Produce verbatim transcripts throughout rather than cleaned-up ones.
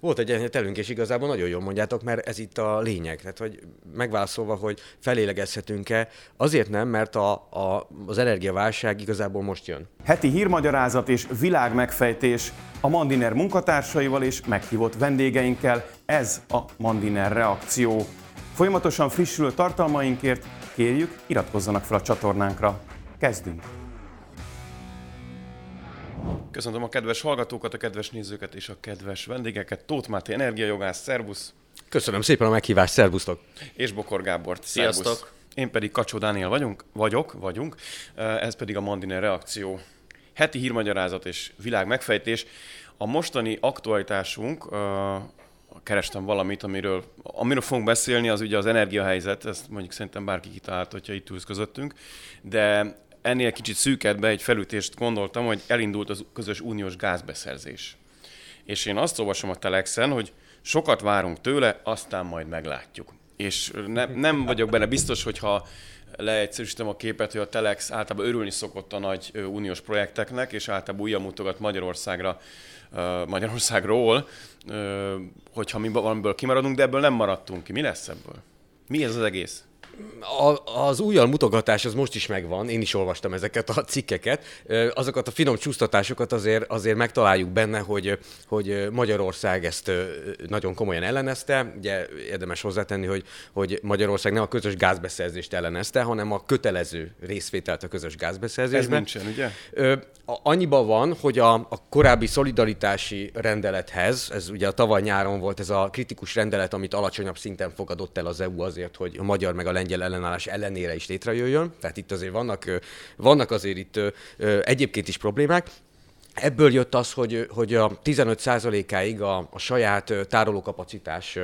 Volt egy egyenletelünk, és igazából nagyon jól mondjátok, mert ez itt a lényeg. Tehát, hogy megválaszolva, hogy felélegezhetünk-e, azért nem, mert a, a, az energiaválság igazából most jön. Heti hírmagyarázat és világmegfejtés a Mandiner munkatársaival és meghívott vendégeinkkel. Ez a Mandiner reakció. Folyamatosan frissülő tartalmainkért kérjük, iratkozzanak fel a csatornánkra. Kezdünk! Köszöntöm a kedves hallgatókat, a kedves nézőket és a kedves vendégeket. Tóth Máté, energiajogász, szervusz! Köszönöm szépen a meghívást, szervusztok! És Bokor Gábort, sziasztok! Szervusz. Én pedig Kacsó Dániel vagyunk, vagyok, vagyunk, ez pedig a Mandiner reakció. Heti hírmagyarázat és világmegfejtés. A mostani aktualitásunk, uh, kerestem valamit, amiről, amiről fogunk beszélni, az ugye az energiahelyzet, ezt mondjuk szerintem bárki kitalált, hogyha itt ülsz közöttünk, de ennél kicsit szűkebben egy felütést gondoltam, hogy elindult az közös uniós gázbeszerzés. És én azt olvasom a Telexen, hogy sokat várunk tőle, aztán majd meglátjuk. És ne, nem vagyok benne biztos, hogyha leegyszerűsítem a képet, hogy a Telex általában örülni szokott a nagy uniós projekteknek, és általában újra mutogat Magyarországra, Magyarországról, hogyha mi valamiből kimaradunk, de ebből nem maradtunk ki. Mi lesz ebből? Mi ez az egész? A, az újjal mutogatás az most is megvan, én is olvastam ezeket a cikkeket. Azokat a finom csúsztatásokat azért, azért megtaláljuk benne, hogy, hogy Magyarország ezt nagyon komolyan ellenezte. Ugye érdemes hozzátenni, hogy, hogy Magyarország nem a közös gázbeszerzést ellenezte, hanem a kötelező részvételt a közös gázbeszerzésben. Ez nincsen, ugye? Annyiban van, hogy a, a korábbi szolidaritási rendelethez, ez ugye a tavaly nyáron volt ez a kritikus rendelet, amit alacsonyabb szinten fogadott el az é u azért, hogy a magyar meg a lengyel ellenállás ellenére is létrejöjjön. Tehát itt azért vannak, vannak azért itt egyébként is problémák. Ebből jött az, hogy, hogy a tizenöt százalékáig a, a saját tárolókapacitás,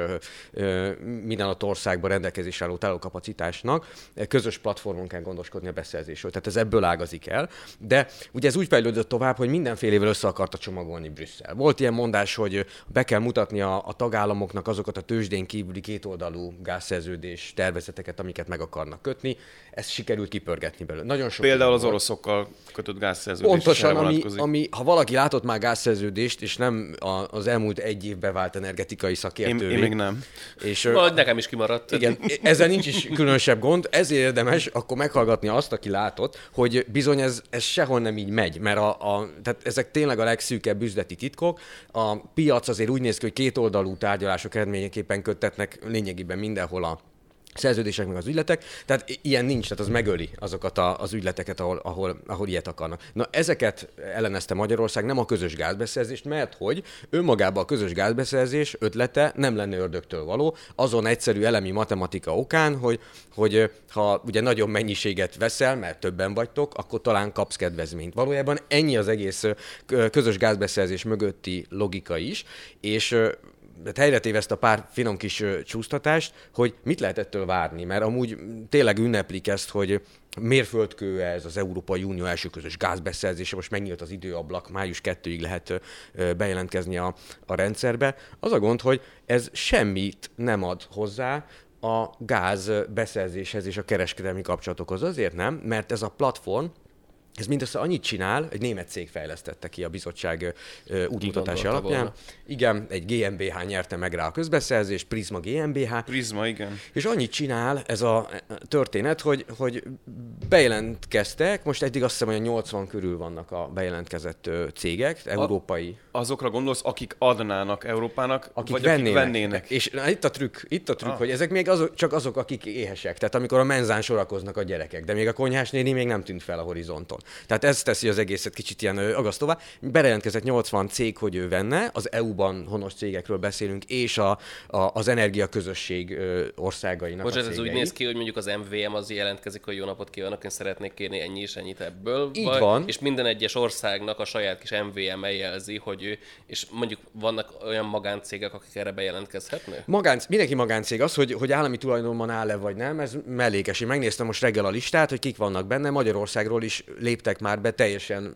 minden adott országban rendelkezésre álló tárolókapacitásnak közös platformon kell gondoskodni a beszerzésről. Tehát ez ebből ágazik el. De ugye ez úgy fejlődött tovább, hogy mindenfélevel össze akarta csomagolni Brüsszel. Volt ilyen mondás, hogy be kell mutatni a, a tagállamoknak azokat a tőzsdén kívüli kétoldalú gázszerződés tervezeteket, amiket meg akarnak kötni. Ezt sikerült kipörgetni belőle. Nagyon sok Például az oroszokkal kötött gázszerződés. Pontosan, ami, ami ha valaki látott már gázszerződést, és nem az elmúlt egy évben vált energetikai szakértővé. Én, én még nem. És, Valahogy nekem is kimaradt. Igen, ezzel nincs is különösebb gond, ezért érdemes akkor meghallgatni azt, aki látott, hogy bizony ez, ez sehol nem így megy, mert a, a, tehát ezek tényleg a legszűkebb üzleti titkok. A piac azért úgy néz ki, hogy kétoldalú tárgyalások eredményeképpen köttetnek lényegében mindenhol a szerződések meg az ügyletek, tehát ilyen nincs, tehát az megöli azokat a, az ügyleteket, ahol, ahol, ahol ilyet akarnak. Na ezeket ellenezte Magyarország, nem a közös gázbeszerzést, mert hogy önmagában a közös gázbeszerzés ötlete nem lenne ördögtől való, azon egyszerű elemi matematika okán, hogy, hogy ha ugye nagyobb mennyiséget veszel, mert többen vagytok, akkor talán kapsz kedvezményt. Valójában ennyi az egész közös gázbeszerzés mögötti logika is, és helyre téveszt a pár finom kis csúsztatást, hogy mit lehet ettől várni, mert amúgy tényleg ünneplik ezt, hogy mérföldkő ez az Európai Unió első közös gázbeszerzése, most megnyílt az időablak, május kettőig lehet bejelentkezni a, a rendszerbe. Az a gond, hogy ez semmit nem ad hozzá a gáz beszerzéshez és a kereskedelmi kapcsolatokhoz. Azért nem, mert ez a platform, ez mindössze annyit csinál, egy német cég fejlesztette ki a bizottság uh, útmutatása alapján. Volna. Igen, egy gé em bé há nyerte meg rá a közbeszerzést, Prisma gé em bé há. Prisma, igen. És annyit csinál ez a történet, hogy, hogy bejelentkeztek, most eddig azt hiszem, hogy a nyolcvan körül vannak a bejelentkezett uh, cégek, európai. A, azokra gondolsz, akik adnának Európának, akik vagy vennének. akik vennének? És na, itt a trükk, itt a trükk ah. hogy ezek még azok, csak azok, akik éhesek. Tehát amikor a menzán sorakoznak a gyerekek, de még a konyhás néni még nem tűnt fel a horizonton. Tehát ez teszi az egészet kicsit ilyen agasztóvá. Bejelentkezett nyolcvan cég, hogy ő venne, az é u-ban honos cégekről beszélünk, és a, a, az energiaközösség országainak Most a ez úgy néz ki, hogy mondjuk az em vé em az jelentkezik, hogy jó napot kívánok, én szeretnék kérni ennyi és ennyit ebből. Így vagy, van. És minden egyes országnak a saját kis em vé em jelzi, hogy ő, és mondjuk vannak olyan magáncégek, akik erre bejelentkezhetnek? Magánc, mindenki magáncég. Az, hogy, hogy állami tulajdonban áll-e vagy nem, ez mellékes. Én megnéztem most reggel a listát, hogy kik vannak benne. Magyarországról is léptek már be teljesen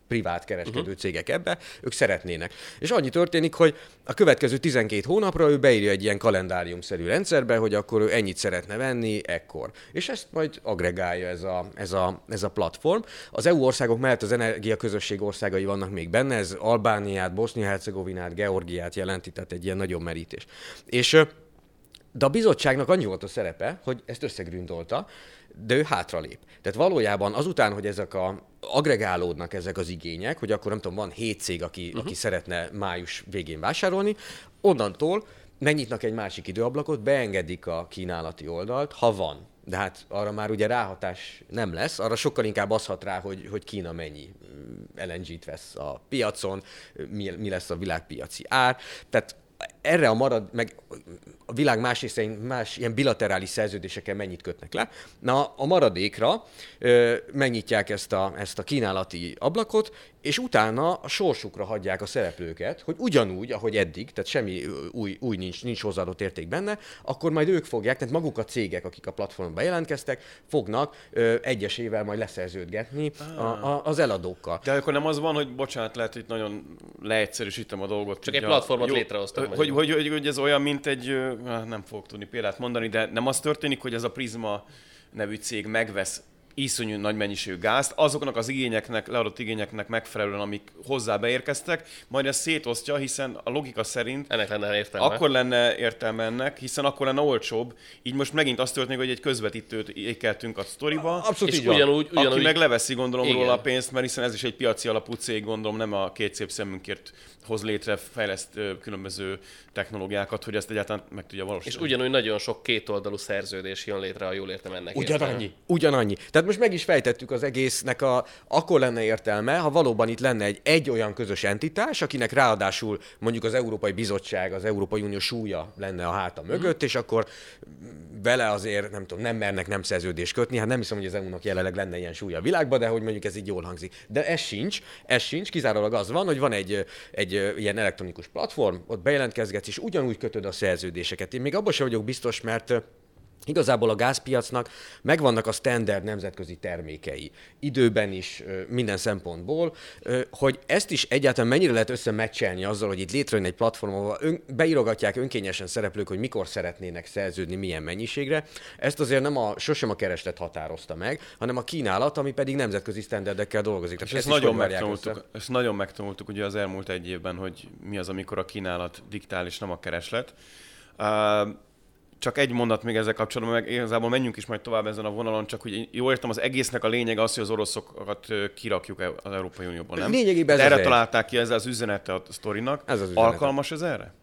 privát kereskedő uh-huh. cégek ebbe, ők szeretnének. És annyi történik, hogy a következő tizenkét hónapra ő beírja egy ilyen kalendáriumszerű rendszerbe, hogy akkor ő ennyit szeretne venni ekkor. És ezt majd agregálja ez a, ez a, ez a platform. Az é u országok mellett az energiaközösség országai vannak még benne, ez Albániát, Bosznia-Hercegovinát, Georgiát jelenti, tehát egy ilyen nagyon merítés. És de a bizottságnak annyi volt a szerepe, hogy ezt összegründolta, de ő hátralép. Tehát valójában azután, hogy ezek a agregálódnak ezek az igények, hogy akkor nem tudom, van hét cég, aki, uh-huh. aki szeretne május végén vásárolni, onnantól megnyitnak egy másik időablakot, beengedik a kínálati oldalt, ha van. De hát arra már ugye ráhatás nem lesz, arra sokkal inkább az hat rá, hogy, hogy Kína mennyi el en gét vesz a piacon, mi, mi lesz a világpiaci ár. Tehát erre a marad, meg a világ más részein más ilyen bilaterális szerződésekkel mennyit kötnek le. Na, a maradékra ö, megnyitják ezt a, ezt a kínálati ablakot, és utána a sorsukra hagyják a szereplőket, hogy ugyanúgy, ahogy eddig, tehát semmi új, új nincs, nincs hozzáadott érték benne, akkor majd ők fogják, tehát maguk a cégek, akik a platformon bejelentkeztek, fognak ö, egyesével majd leszerződgetni ah. a, a, az eladókkal. De akkor nem az van, hogy bocsánat, lehet, hogy nagyon leegyszerűsítem a dolgot. Csak egy platformot jó, létrehoztak. Hogy, hogy, hogy, hogy ez olyan, mint egy, nem fogok tudni példát mondani, de nem az történik, hogy ez a Prisma nevű cég megvesz iszonyú nagy mennyiségű gázt, azoknak az igényeknek, leadott igényeknek megfelelően, amik hozzá beérkeztek, majd ezt szétosztja, hiszen a logika szerint ennek lenne értelme. Akkor lenne értelme ennek, hiszen akkor lenne olcsóbb. Így most megint az történik, hogy egy közvetítőt ékeltünk a sztoriba, abszolút, és ugyanúgy, ugyanúgy, aki meg leveszi, gondolom, igen. róla a pénzt, mert hiszen ez is egy piaci alapú cég, gondolom, nem a két szép szemünkért hoz létre, fejleszt különböző technológiákat, hogy ezt egyáltalán meg tudja valósítani. És ugyanúgy nagyon sok kétoldalú szerződés jön létre, ha jól értem ennek. Ugyanannyi, értelme. ugyanannyi. Tehát most meg is fejtettük az egésznek, a, akkor lenne értelme, ha valóban itt lenne egy, egy olyan közös entitás, akinek ráadásul mondjuk az Európai Bizottság, az Európai Unió súlya lenne a háta mögött, mm. és akkor vele azért nem tudom, nem mernek nem szerződést kötni. Hát nem hiszem, hogy az é u-nak jelenleg lenne ilyen súlya a világban, de hogy mondjuk ez így jól hangzik. De ez sincs, ez sincs, kizárólag az van, hogy van egy, egy ilyen elektronikus platform, ott bejelentkezgetsz, és ugyanúgy kötöd a szerződéseket. Én még abban sem vagyok biztos, mert igazából a gázpiacnak megvannak a standard nemzetközi termékei, időben is, minden szempontból, hogy ezt is egyáltalán mennyire lehet összemecselni azzal, hogy itt létrejön egy platform, ahol ön, beírogatják önkényesen szereplők, hogy mikor szeretnének szerződni, milyen mennyiségre. Ezt azért nem a, sosem a kereslet határozta meg, hanem a kínálat, ami pedig nemzetközi standardekkel dolgozik. És ezt, ezt, nagyon megtanultuk, ezt nagyon megtanultuk ugye az elmúlt egy évben, hogy mi az, amikor a kínálat diktál, és nem a kereslet. Uh, Csak egy mondat még ezzel kapcsolatban, meg igazából menjünk is majd tovább ezen a vonalon, csak hogy jól értem, az egésznek a lényeg az, hogy az oroszokat kirakjuk az Európai Unióban, nem? Lényegében ez erre az találták ki ezzel az üzenete a sztorinak. Ez az üzenete. Alkalmas ez erre?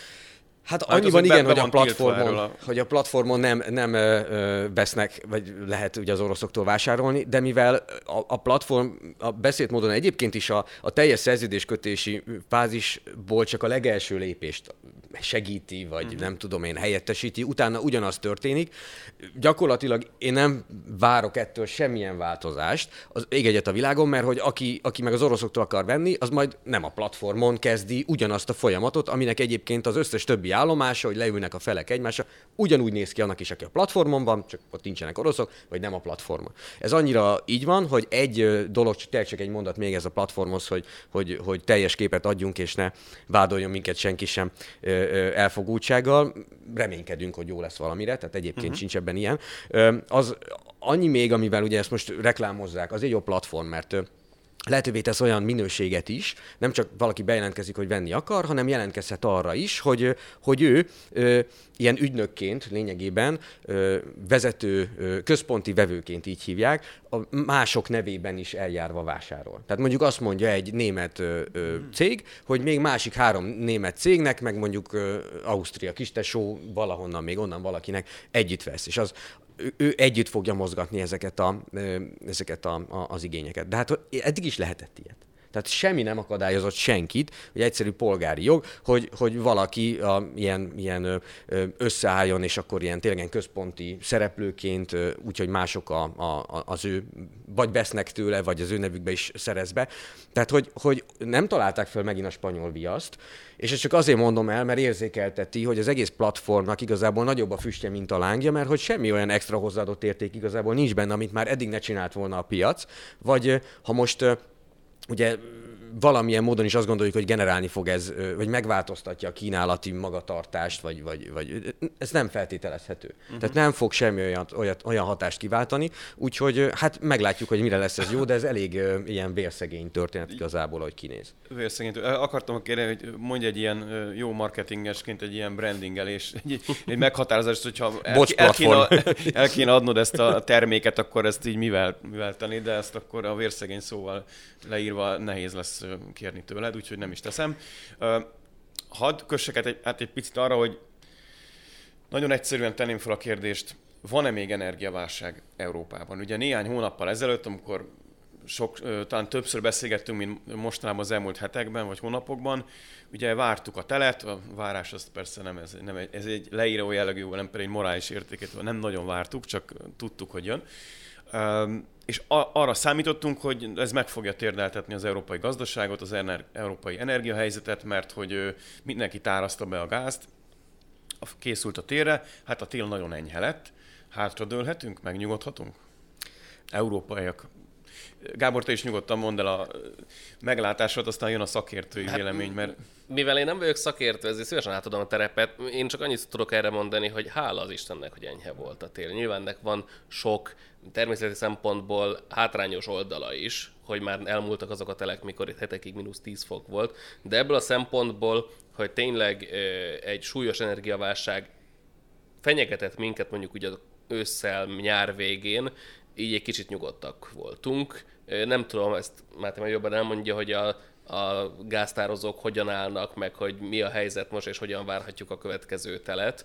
Hát annyiban igen, hogy a, platformon, a... hogy a platformon nem, nem ö, vesznek, vagy lehet ugye az oroszoktól vásárolni, de mivel a, a platform a beszélt módon egyébként is a, a teljes szerződéskötési fázisból csak a legelső lépést segíti, vagy uh-huh. nem tudom én, helyettesíti, utána ugyanaz történik. Gyakorlatilag én nem várok ettől semmilyen változást az ég egyet a világon, mert hogy aki, aki meg az oroszoktól akar venni, az majd nem a platformon kezdi ugyanazt a folyamatot, aminek egyébként az összes többi állomása, hogy leülnek a felek egymásra, ugyanúgy néz ki annak is, aki a platformon van, csak ott nincsenek oroszok, vagy nem a platformon. Ez annyira így van, hogy egy dolog, tényleg csak egy mondat még ez a platformhoz, hogy, hogy, hogy teljes képet adjunk, és ne vádoljon minket senki sem elfogultsággal. Reménykedünk, hogy jó lesz valamire, tehát egyébként uh-huh. sincs ebben ilyen. Az annyi még, amivel ugye ezt most reklámozzák, az egy jó platform, mert lehetővé tesz olyan minőséget is, nem csak valaki bejelentkezik, hogy venni akar, hanem jelentkezhet arra is, hogy, hogy ő ö, ilyen ügynökként lényegében ö, vezető, ö, központi vevőként így hívják, a mások nevében is eljárva vásárol. Tehát mondjuk azt mondja egy német ö, ö, cég, hogy még másik három német cégnek, meg mondjuk ö, Ausztria kistesó, valahonnan még onnan valakinek együtt vesz. És az ő együtt fogja mozgatni ezeket, a, ezeket a, a, az igényeket. De hát eddig is lehetett ilyet. Tehát semmi nem akadályozott senkit, hogy egyszerű polgári jog, hogy, hogy valaki a, ilyen, ilyen összeálljon, és akkor ilyen tényleg központi szereplőként, úgyhogy mások a, a, az ő, vagy vesznek tőle, vagy az ő nevükbe is szerez be. Tehát, hogy, hogy nem találták fel megint a spanyol viaszt, és ezt csak azért mondom el, mert érzékelteti, hogy az egész platformnak igazából nagyobb a füstje, mint a lángja, mert hogy semmi olyan extra hozzáadott érték igazából nincs benne, amit már eddig ne csinált volna a piac, vagy ha most ugye valamilyen módon is azt gondoljuk, hogy generálni fog ez, vagy megváltoztatja a kínálati magatartást, vagy, vagy, vagy ez nem feltételezhető. Uh-huh. Tehát nem fog semmi olyan, olyan, olyan hatást kiváltani, úgyhogy hát meglátjuk, hogy mire lesz ez jó, de ez elég uh, ilyen vérszegény történet igazából, hogy kinéz. Vérszegény. Akartam kérni, hogy mondj egy ilyen jó marketingesként egy ilyen brandingelés, egy, egy meghatározást, hogyha el, el, kéne, el kéne adnod ezt a terméket, akkor ezt így mivel, mivel tenni, de ezt akkor a vérszegény szóval leírva nehéz lesz kérni tőled, úgyhogy nem is teszem. Hadd kössek egy, hát egy picit arra, hogy nagyon egyszerűen tenném fel a kérdést, van-e még energiaválság Európában? Ugye néhány hónappal ezelőtt, amikor sok, talán többször beszélgettünk, mint mostanában az elmúlt hetekben vagy hónapokban, ugye vártuk a telet, a várás az persze nem ez, nem egy, ez egy leíró jellegű, nem pedig egy morális értékét, nem nagyon vártuk, csak tudtuk, hogy jön. És arra számítottunk, hogy ez meg fogja térdeltetni az európai gazdaságot, az ener- európai energiahelyzetet, mert hogy mindenki táraszta be a gázt, készült a télre, hát a tél nagyon enyhe lett, hátradőlhetünk, megnyugodhatunk? Európaiak. Gábor, te is nyugodtan mondd el a meglátásod, aztán jön a szakértői hát, vélemény, mert... Mivel én nem vagyok szakértő, ezért szívesen átadom a terepet. Én csak annyit tudok erre mondani, hogy hála az Istennek, hogy enyhe volt a tél. Nyilván ennek van sok természeti szempontból hátrányos oldala is, hogy már elmúltak azok a telek, mikor itt hetekig mínusz tíz fok volt. De ebből a szempontból, hogy tényleg egy súlyos energiaválság fenyegetett minket mondjuk ugye ősszel, nyár végén, így egy kicsit nyugodtak voltunk. Nem tudom, ezt Máté majd jobban elmondja, hogy a, a gáztározók hogyan állnak, meg hogy mi a helyzet most, és hogyan várhatjuk a következő telet.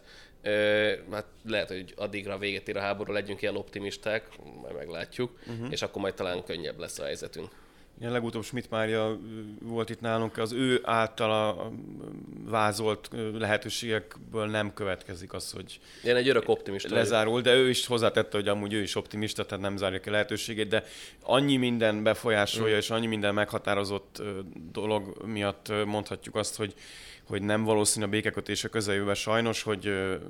Hát lehet, hogy addigra véget ér a háború, legyünk ilyen optimisták, majd meglátjuk, uh-huh. és akkor majd talán könnyebb lesz a helyzetünk. Igen, legutóbb Schmidt Mária volt itt nálunk, az ő általa vázolt lehetőségekből nem következik az, hogy én egy örök optimista lezárul, de ő is hozzátette, hogy amúgy ő is optimista, tehát nem zárja ki lehetőségét, de annyi minden befolyásolja, mm. és annyi minden meghatározott dolog miatt mondhatjuk azt, hogy, hogy nem valószínű a békekötés a közeljövőben sajnos, hogy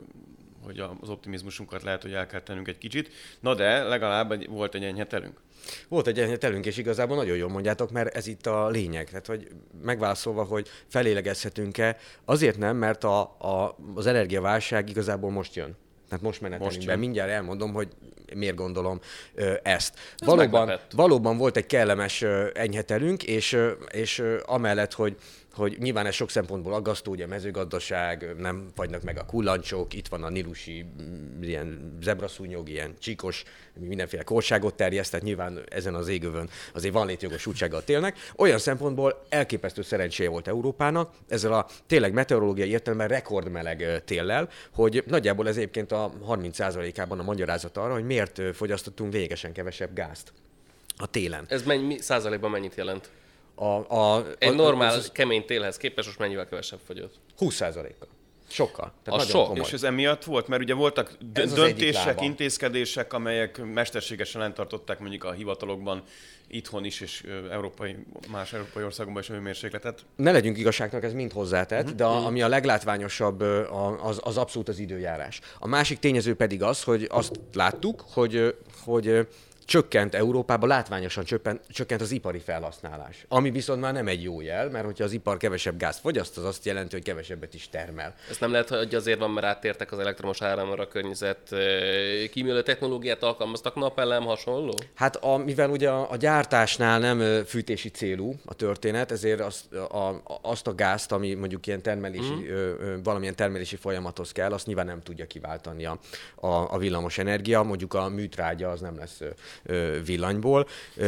hogy az optimizmusunkat lehet, hogy el kell tennünk egy kicsit. Na de legalább volt egy enyhe telünk. Volt egy enyhe telünk, és igazából nagyon jól mondjátok, mert ez itt a lényeg. Tehát, hogy megválaszolva, hogy felélegezhetünk-e, azért nem, mert a, a, az energiaválság igazából most jön. Tehát most menetelünk be. Mindjárt elmondom, hogy miért gondolom ö, ezt. Valóban, valóban volt egy kellemes ö, enyhe telünk, és, ö, és ö, amellett, hogy hogy nyilván ez sok szempontból aggasztó, ugye a mezőgazdaság, nem fagynak meg a kullancsok, itt van a nilusi ilyen zebraszúnyog, ilyen csíkos, mindenféle korságot terjeszt, tehát nyilván ezen az égövön azért van létjogosultsága a télnek. Olyan szempontból elképesztő szerencséje volt Európának, ezzel a tényleg meteorológiai értelemben rekordmeleg téllel, hogy nagyjából ez egyébként a harminc százalékában a magyarázat arra, hogy miért fogyasztottunk lényegesen kevesebb gázt a télen. Ez mennyi, százalékban mennyit jelent? A, a, Egy a, normál, az, kemény télhez képest most mennyivel kevesebb fogyott? húsz százalékkal. Sokkal. Tehát a sok. És ez emiatt volt, mert ugye voltak d- döntések, intézkedések, amelyek mesterségesen lentartották mondjuk a hivatalokban itthon is, és európai, más európai országokban is a hőmérsékletet. Ne legyünk igazságnak, ez mind hozzátett, uh-huh. de a, ami a leglátványosabb, az, az abszolút az időjárás. A másik tényező pedig az, hogy azt láttuk, hogy, hogy csökkent Európában, látványosan csökkent, csökkent az ipari felhasználás. Ami viszont már nem egy jó jel, mert hogyha az ipar kevesebb gázt fogyaszt, az azt jelenti, hogy kevesebbet is termel. Ez nem lehet, hogy azért van, mert áttértek az elektromos áramra, a környezet kímélő technológiát alkalmaztak, napellem, hasonló? Hát a, mivel ugye a, a gyártásnál nem fűtési célú a történet, ezért azt a, azt a gázt, ami mondjuk ilyen termelési, mm. ö, ö, valamilyen termelési folyamathoz kell, azt nyilván nem tudja kiváltani a, a, a villamos energia, mondjuk a műtrágya az nem lesz villanyból.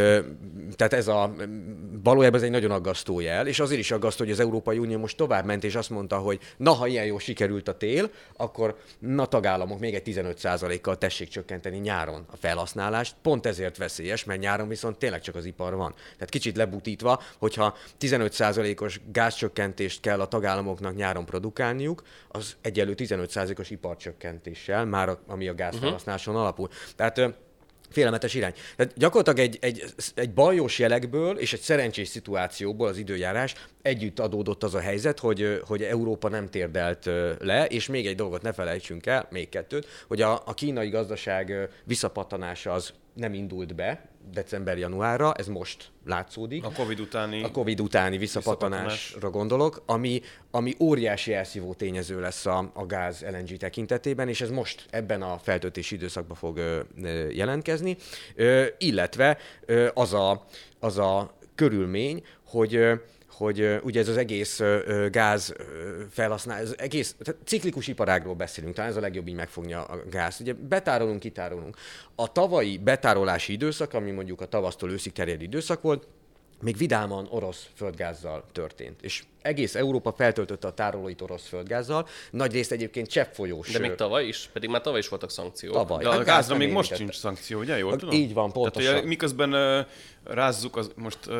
Tehát ez a, valójában ez egy nagyon aggasztó jel, és azért is aggasztó, hogy az Európai Unió most tovább ment, és azt mondta, hogy na, ha ilyen jól sikerült a tél, akkor na tagállamok még egy tizenöt százalékkal tessék csökkenteni nyáron a felhasználást. Pont ezért veszélyes, mert nyáron viszont tényleg csak az ipar van. Tehát kicsit lebutítva, hogyha tizenöt százalékos gázcsökkentést kell a tagállamoknak nyáron produkálniuk, az egyelő tizenöt százalékos iparcsökkentéssel, már ami a gázfelhasználáson uh-huh. alapul. Tehát félelmetes irány. Tehát gyakorlatilag egy, egy, egy bajós jelekből és egy szerencsés szituációból az időjárás együtt adódott az a helyzet, hogy, hogy Európa nem térdelt le, és még egy dolgot ne felejtsünk el, még kettőt, hogy a, a kínai gazdaság visszapattanása az nem indult be december-januárra, ez most látszódik. A Covid utáni, a COVID utáni visszapattanásra gondolok, ami, ami óriási elszívó tényező lesz a, a gáz el en gé tekintetében, és ez most ebben a feltöltési időszakban fog ö, ö, jelentkezni, ö, illetve ö, az, a, az a körülmény, hogy ö, hogy ugye ez az egész gáz felhasználás, az egész tehát ciklikus iparágról beszélünk, talán ez a legjobb így megfogni a gáz. Ugye betárolunk, kitárolunk. A tavalyi betárolási időszak, ami mondjuk a tavasztól őszig terjedő időszak volt, még vidáman orosz földgázzal történt. És egész Európa feltöltötte a tárolóit orosz földgázzal, nagy részt egyébként cseppfolyós. De még tavaly is, pedig már tavaly is voltak szankciók. Tavaly. De a hát gázra még most érintett. sincs szankció, ugye? Jól a, tudom? Így van, pontosan. Tehát, miközben uh, rázzuk, az, most uh,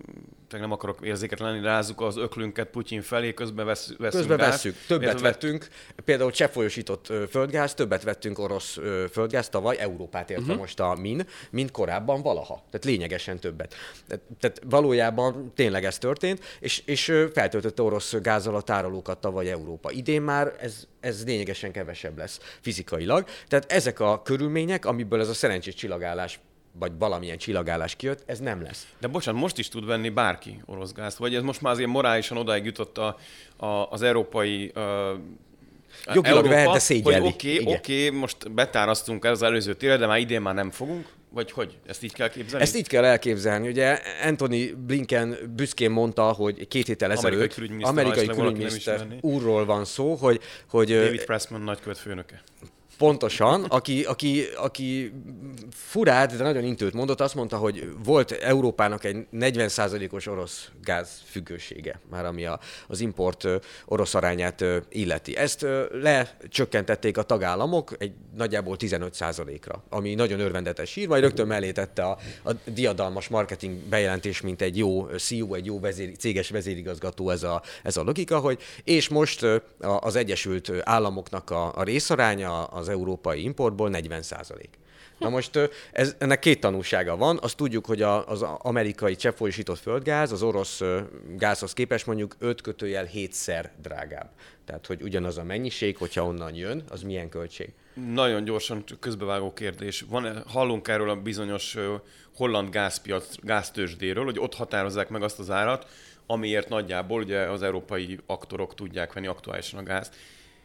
nem akarok érzéketlen lenni, rázzuk az öklünket Putyin felé, közben vesz, veszünk Közben gáz. vesszük. Többet Érted? vettünk, például cseppfolyósított ö, földgáz, többet vettünk orosz ö, földgáz tavaly, Európát értve uh-huh. most a min, mint korábban valaha. Tehát lényegesen többet. Tehát, tehát valójában tényleg ez történt, és, és ö, feltöltötte orosz gázzal a tárolókat tavaly Európa. Idén már ez, ez lényegesen kevesebb lesz fizikailag. Tehát ezek a körülmények, amiből ez a szerencsés csillagállás vagy valamilyen csillagállás kijött, ez nem lesz. De bocsánat, most is tud venni bárki orosz gázt, vagy ez most már azért morálisan odáig jutott a, a, az európai uh, Jogilag Európa, vehet, de szégyelli. hogy oké, okay, oké, okay, most betárasztunk el az előző térre, de már idén már nem fogunk, vagy hogy? Ezt így kell képzelni? Ezt így kell elképzelni. Ugye Antony Blinken büszkén mondta, hogy két héttel ezelőtt Amerikai külügyminiszter, amerikai ha valaki nem külügyminiszter ismerné. úrról van szó, hogy, hogy David Pressman nagykövet főnöke. pontosan, aki, aki, aki furát, de nagyon intőt mondott, azt mondta, hogy volt Európának egy negyven százalékos orosz gáz függősége, már ami a, az import ö, orosz arányát ö, illeti. Ezt ö, lecsökkentették a tagállamok egy nagyjából tizenöt százalékra, ami nagyon örvendetes hír, vagy rögtön mellé tette a, a diadalmas marketing bejelentés, mint egy jó cé e o, egy jó vezér, céges vezérigazgató ez a, ez a logika, hogy és most ö, az Egyesült Államoknak a, a részaránya az európai importból negyven százalék. Na most ez, ennek két tanúsága van. Azt tudjuk, hogy a, az amerikai cseppfolyósított földgáz az orosz gázhoz képest mondjuk öt kötőjel hétszer drágább. Tehát, hogy ugyanaz a mennyiség, hogyha onnan jön, az milyen költség? Nagyon gyorsan közbevágó kérdés. Van, hallunk erről a bizonyos uh, holland gázpiac, gáztőzsdéről, hogy ott határozzák meg azt az árat, amiért nagyjából ugye az európai aktorok tudják venni aktuálisan a gázt.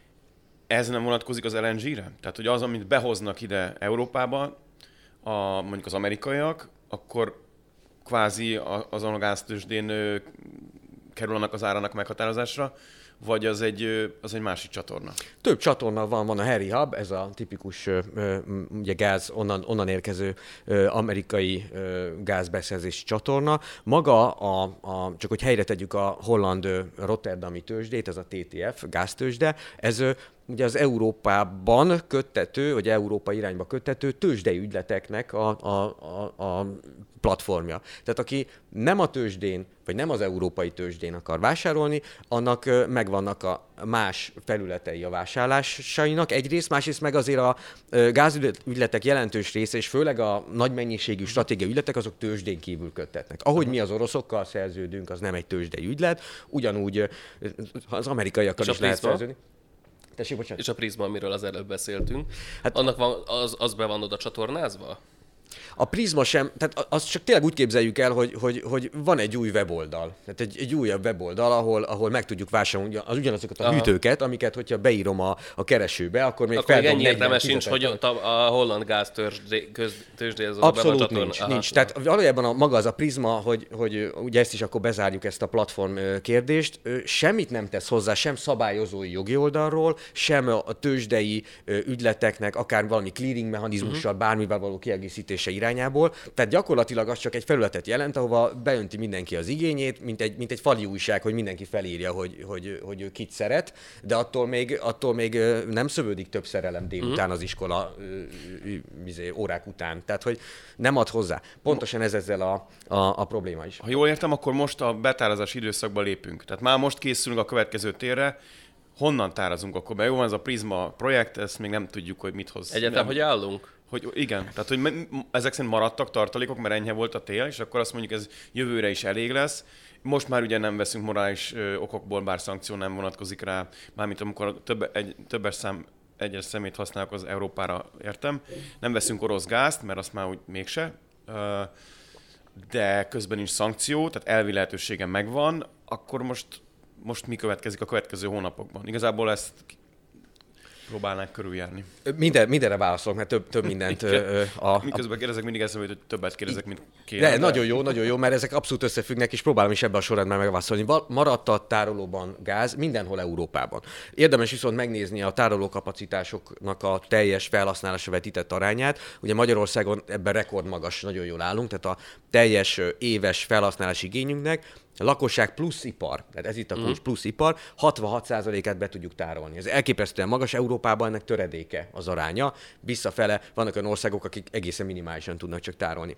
Ez nem vonatkozik az el en gére? Tehát, hogy az, amit behoznak ide Európába, a, mondjuk az amerikaiak, akkor kvázi azon a gáztőzsdén ö, kerül annak az árának meghatározásra, vagy az egy, ö, az egy másik csatorna? Több csatorna van, van a Henry Hub, ez a tipikus ö, ugye gáz, onnan, onnan érkező ö, amerikai ö, gázbeszerzési csatorna. Maga, a, a, csak hogy helyre tegyük a holland ö, rotterdami tőzsdét, ez a té té ef gáztőzsde, ez ö, ugye az Európában köttető, vagy Európa irányba köttető tőzsdei ügyleteknek a, a, a, a platformja. Tehát aki nem a tőzsdén, vagy nem az európai tőzsdén akar vásárolni, annak megvannak a más felületei a vásárlásainak egyrészt, másrészt meg azért a gázügyletek jelentős része, és főleg a nagy mennyiségű stratégiai ügyletek, azok tőzsdén kívül köttetnek. Ahogy mi az oroszokkal szerződünk, az nem egy tőzsdei ügylet, ugyanúgy az amerikaiakkal is lehet szerződni. Tessék, és a Prisma, amiről az előbb beszéltünk, hát annak van, az, az be van oda csatornázva? A Prisma sem, tehát azt csak tényleg úgy képzeljük el, hogy, hogy, hogy van egy új weboldal, tehát egy, egy újabb weboldal, ahol, ahol meg tudjuk vásárolni az ugyanazokat a Aha. hűtőket, amiket, hogyha beírom a, a keresőbe, akkor még akkor feldom negyven értelmes sincs, hogy a holland gáz tőzsdéhez abszolút nincs, nincs. Tehát valójában a, maga az a Prisma, hogy, hogy ugye ezt is akkor bezárjuk ezt a platform kérdést, semmit nem tesz hozzá, sem szabályozói jogi oldalról, sem a tőzsdei ügyleteknek, akár valami clearing mechanizmussal, uh-huh. bármivel való kiegészítése irányából. Tehát gyakorlatilag az csak egy felületet jelent, ahova beönti mindenki az igényét, mint egy, mint egy fali újság, hogy mindenki felírja, hogy, hogy, hogy ő kit szeret, de attól még, attól még nem szövődik több szerelem délután az iskola órák után. Tehát, hogy nem ad hozzá. Pontosan ez ezzel a, a, a probléma is. Ha jól értem, akkor most a betárazási időszakba lépünk. Tehát már most készülünk a következő térre. Honnan tárazunk akkor? Mert jó van ez a Prisma projekt, ezt még nem tudjuk, hogy mit hoz. Egyáltalán, hogy állunk? Hogy igen, tehát hogy ezek szerint maradtak tartalékok, mert enyhe volt a tél, és akkor azt mondjuk ez jövőre is elég lesz. Most már ugye nem veszünk morális ö, okokból, bár szankció nem vonatkozik rá, mármint amikor több, egy többes szám egyes szemét használjuk, az Európára értem. Nem veszünk orosz gázt, mert azt már úgy mégse. De közben nincs szankció, tehát elvi lehetőségem megvan, akkor most, most mi következik a következő hónapokban? Igazából ezt próbálnánk körüljárni. Minden, mindenre válaszolok, mert több, több mindent... ö, a, Miközben kérdezek, mindig eszembe jut, hogy többet kérdezek, mint kéne. De, nagyon jó, nagyon jó, mert ezek abszolút összefüggnek, és próbálom is ebben a sorrendben megválaszolni. Maradt a tárolóban gáz mindenhol Európában. Érdemes viszont megnézni a tárolókapacitásoknak a teljes felhasználásra vetített arányát. Ugye Magyarországon ebben rekordmagas, nagyon jól állunk, tehát a teljes éves felhasználási igényünknek a lakosság plusz ipar, tehát ez itt a kulcs, plusz ipar, hatvanhat százalékát be tudjuk tárolni. Ez elképesztően magas, Európában ennek töredéke az aránya, visszafele vannak olyan országok, akik egészen minimálisan tudnak csak tárolni.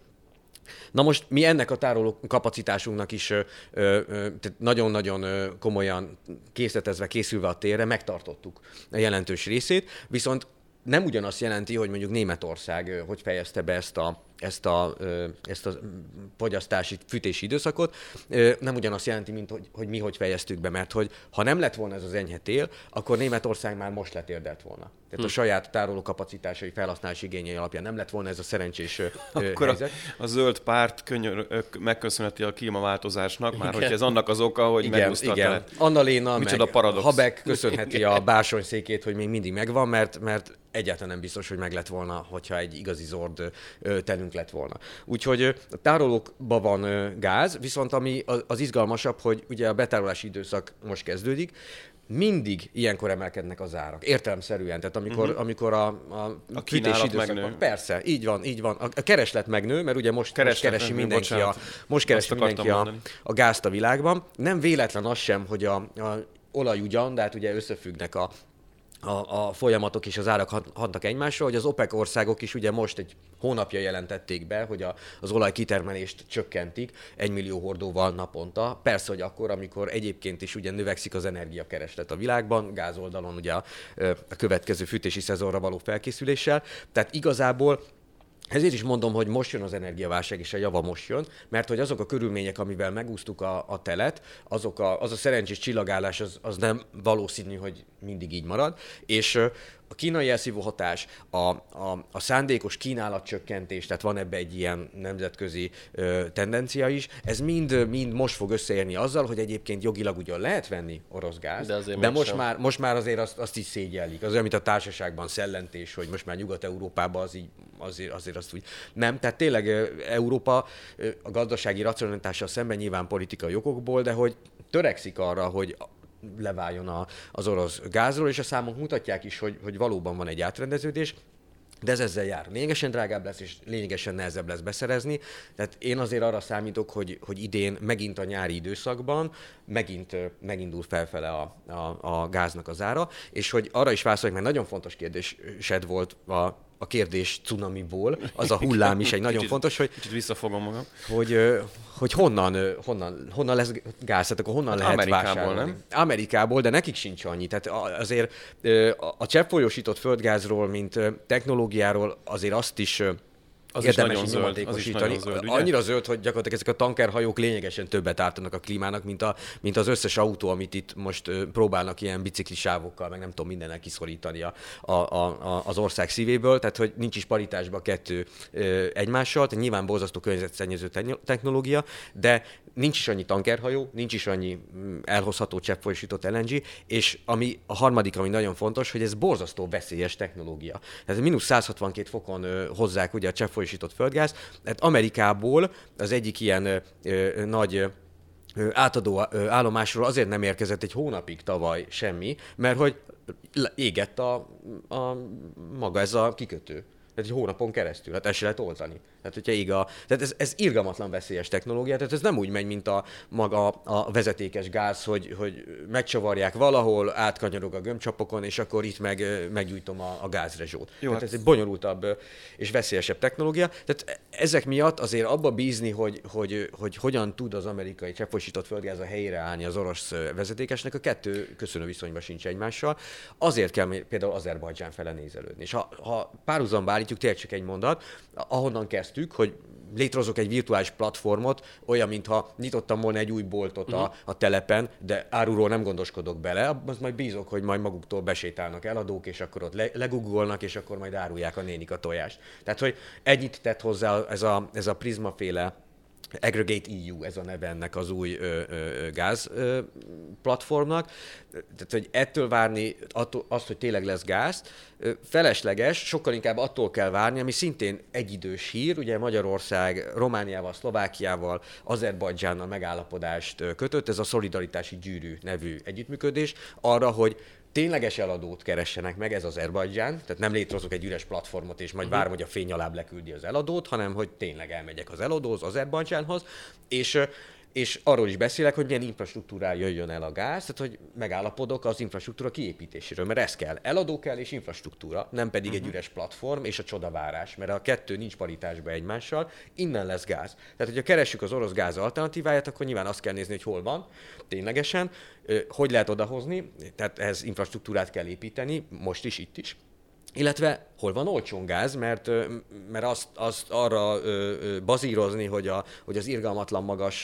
Na most mi ennek a tároló kapacitásunknak is ö, ö, tehát nagyon-nagyon ö, komolyan készletezve, készülve a térre megtartottuk a jelentős részét, viszont nem ugyanazt jelenti, hogy mondjuk Németország hogy fejezte be ezt a, ezt a, ezt a fogyasztási, fűtési időszakot, nem ugyanazt jelenti, mint hogy, hogy mi hogy fejeztük be, mert hogy ha nem lett volna ez az enyhe tél, akkor Németország már most letérdelt volna. Tehát hm. a saját tárolókapacitásai, felhasználási igényei alapján nem lett volna ez a szerencsés akkor helyzet. A, a zöld párt könyör, megköszönheti a klímaváltozásnak, már hogy ez annak az oka, hogy megúszta igen. Anna-Léna, meg paradox. Habek köszönheti igen. a bársonyszékét, hogy még mindig megvan, mert, mert egyáltalán nem biztos, hogy meg lett volna, hogyha egy igazi zord telünk lett volna. Úgyhogy a tárolókban van gáz, viszont ami az izgalmasabb, hogy ugye a betárolási időszak most kezdődik, mindig ilyenkor emelkednek az árak. Értelemszerűen. Tehát amikor, uh-huh. amikor a, a, a fűtési időszakban... Persze, így van, így van. A, a kereslet megnő, mert ugye most, most keresi megnő, mindenki, a, most keresi mindenki a, a gázt a világban. Nem véletlen az sem, hogy a, a olaj ugyan, de hát ugye összefüggnek a A, a folyamatok és az árak hatnak egymásra, hogy az OPEC országok is ugye most egy hónapja jelentették be, hogy a, az olaj kitermelést csökkentik egy millió hordóval naponta. Persze, hogy akkor, amikor egyébként is ugye növekszik az energiakereslet a világban, gázoldalon ugye a, a következő fűtési szezonra való felkészüléssel. Tehát igazából ezért is mondom, hogy most jön az energiaválság, és a java most jön, mert hogy azok a körülmények, amivel megúsztuk a, a telet, azok a, az a szerencsés csillagállás, az, az nem valószínű, hogy mindig így marad, és a kínai elszívó hatás, a, a, a szándékos kínálatcsökkentés, tehát van ebbe egy ilyen nemzetközi ö, tendencia is, ez mind, mind most fog összeérni azzal, hogy egyébként jogilag ugyan lehet venni orosz gáz, de, de most, már, most már azért azt, azt is szégyellik. Az olyan, mint a társaságban szellentés, hogy most már Nyugat-Európában az így, azért, azért azt úgy nem. Tehát tényleg Európa a gazdasági racionalitással szemben nyilván politikai okokból, de hogy törekszik arra, hogy leváljon a, az orosz gázról, és a számok mutatják is, hogy, hogy valóban van egy átrendeződés, de ez ezzel jár. Lényegesen drágább lesz, és lényegesen nehezebb lesz beszerezni. Tehát én azért arra számítok, hogy, hogy idén megint a nyári időszakban megint megindul felfele a, a, a gáznak az ára, és hogy arra is válaszoljak, mert nagyon fontos kérdésed volt a a kérdés cunamiból, az a hullám is egy nagyon kicsit, fontos, hogy... Kicsit visszafogom magam. Hogy, hogy honnan, honnan, honnan lesz gáz, tehát akkor honnan hát lehet Amerikából, vásárolni. Nem? Amerikából, de nekik sincs annyi. Tehát azért a cseppfolyósított földgázról, mint technológiáról azért azt is... Az is nagyon zöld, az is nagyon zöld, ugye? Annyira zöld, hogy gyakorlatilag ezek a tankerhajók lényegesen többet ártanak a klímának, mint, a, mint az összes autó, amit itt most ö, próbálnak ilyen biciklisávokkal, meg nem tudom, mindennel kiszorítani a, a, a, az ország szívéből, tehát hogy nincs is paritásban a kettő ö, egymással, tehát nyilván borzasztó környezetszennyező technológia, de nincs is annyi tankerhajó, nincs is annyi elhozható cseppfolyósított el en gé, és ami a harmadik, ami nagyon fontos, hogy ez borzasztó veszélyes technológia. Tehát mínusz száz hatvankét fokon ö, hozzák ugye a cseppfolyósított földgáz. Tehát Amerikából az egyik ilyen ö, ö, nagy ö, átadó ö, állomásról azért nem érkezett egy hónapig tavaly semmi, mert hogy égett a, a maga ez a kikötő. Tehát egy hónapon keresztül, hát ezt se lehet oltani. Tehát, hogyha ég a... Tehát ez, ez irgalmatlan veszélyes technológia, tehát ez nem úgy megy, mint a maga a vezetékes gáz, hogy, hogy megcsavarják valahol, átkanyarog a gömbcsapokon, és akkor itt meg, meggyújtom a, a gázrezsót. Jó, tehát hát... ez egy bonyolultabb és veszélyesebb technológia. Tehát ezek miatt azért abba bízni, hogy, hogy, hogy hogyan tud az amerikai cseppfolyósított földgáz a helyére állni az orosz vezetékesnek, a kettő köszönő viszonyban sincs egymással. Azért kell például Azerbajdzsán fele nézelődni. És ha, ha párhuzamba állítjuk, tényleg csak egy mondat, ahonnan kezd kezdtük, hogy létrehozok egy virtuális platformot, olyan, mintha nyitottam volna egy új boltot uh-huh. a, a telepen, de áruról nem gondoskodok bele, az majd bízok, hogy majd maguktól besétálnak eladók, és akkor ott le, legugolnak, és akkor majd árulják a nénik a tojást. Tehát, hogy ennyit tett hozzá ez a, ez a Prisma-féle Aggregate é u, ez a neve ennek az új ö, ö, gáz ö, platformnak. Tehát, hogy ettől várni attól, azt, hogy tényleg lesz gáz, ö, felesleges, sokkal inkább attól kell várni, ami szintén egyidős hír, ugye Magyarország Romániával, Szlovákiával, Azerbajdzsánnal megállapodást kötött, ez a Szolidaritási Gyűrű nevű együttműködés, arra, hogy tényleges eladót keressenek meg, ez Azerbajdzsán, tehát nem létrehozok egy üres platformot, és majd uh-huh. várom, hogy a fény alá leküldi az eladót, hanem hogy tényleg elmegyek az eladóhoz, Azerbajdzsánhoz, és, és arról is beszélek, hogy milyen infrastruktúrára jöjjön el a gáz, tehát hogy megállapodok az infrastruktúra kiépítéséről, mert ez kell. Eladó kell és infrastruktúra, nem pedig uh-huh. egy üres platform és a csodavárás, mert a kettő nincs paritásban egymással, innen lesz gáz. Tehát, hogyha keressük az orosz gáz alternatíváját, akkor nyilván azt kell nézni, hogy hol van, ténylegesen, hogy lehet odahozni, tehát ehhez infrastruktúrát kell építeni, most is, itt is. Illetve hol van olcsón gáz, mert, mert azt, azt arra bazírozni, hogy, a, hogy az irgalmatlan magas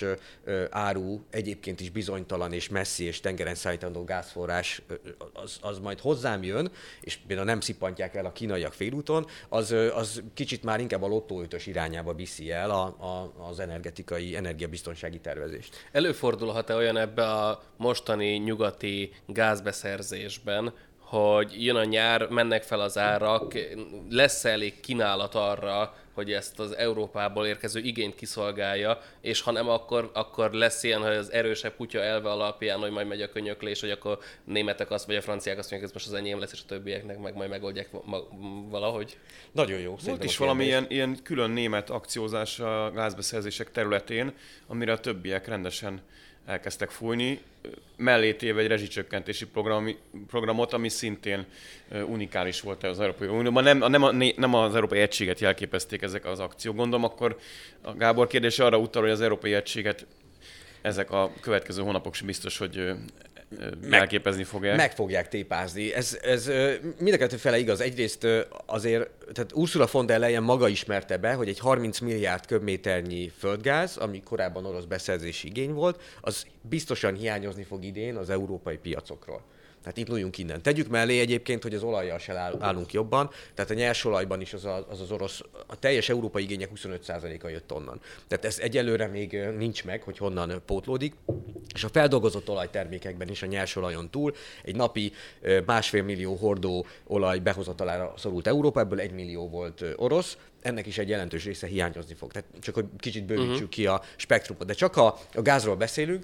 áru egyébként is bizonytalan és messzi és tengeren szállítandó gázforrás, az, az majd hozzám jön, és például nem szippantják el a kínaiak félúton, az, az kicsit már inkább a lottóötös irányába viszi el a, a, az energetikai, energiabiztonsági tervezést. Előfordulhat-e olyan ebbe a mostani nyugati gázbeszerzésben, hogy jön a nyár, mennek fel az árak, lesz elég kínálat arra, hogy ezt az Európából érkező igényt kiszolgálja, és ha nem, akkor, akkor lesz ilyen, hogy az erősebb kutya elve alapján, hogy majd megy a könyöklés, hogy akkor németek azt, vagy a franciák azt mondják, hogy ez most az enyém lesz, és a többieknek meg majd megoldják valahogy. Nagyon jó. Volt is valami ilyen, ilyen külön német akciózás a gázbeszerzések területén, amire a többiek rendesen elkezdtek fújni, mellé téve egy rezsicsökkentési program, programot, ami szintén unikális volt az Európai Unióban. Nem, nem, a, nem az Európai Egységet jelképezték ezek az akciók. Gondolom, akkor a Gábor kérdése arra utal, hogy az Európai Egységet ezek a következő hónapok sem biztos, hogy jelképezni fogják. Meg fogják tépázni. Ez, ez mind a kettő fele igaz. Egyrészt azért, tehát Ursula von der Leyen maga ismerte be, hogy egy harminc milliárd köbméternyi földgáz, ami korábban orosz beszerzési igény volt, az biztosan hiányozni fog idén az európai piacokról. Tehát induljunk innen. Tegyük mellé egyébként, hogy az olajjal se állunk jobban, tehát a nyersolajban is az az, az, az orosz, a teljes európai igények huszonöt százaléka jött onnan. Tehát ez egyelőre még nincs meg, hogy honnan pótlódik, és a feldolgozott olajtermékekben is a nyersolajon túl egy napi másfél millió hordó olaj behozatalára szorult Európa, ebből egy millió volt orosz, ennek is egy jelentős része hiányozni fog. Tehát csak hogy kicsit bővítsük uh-huh. ki a spektrumot. De csak ha a gázról beszélünk,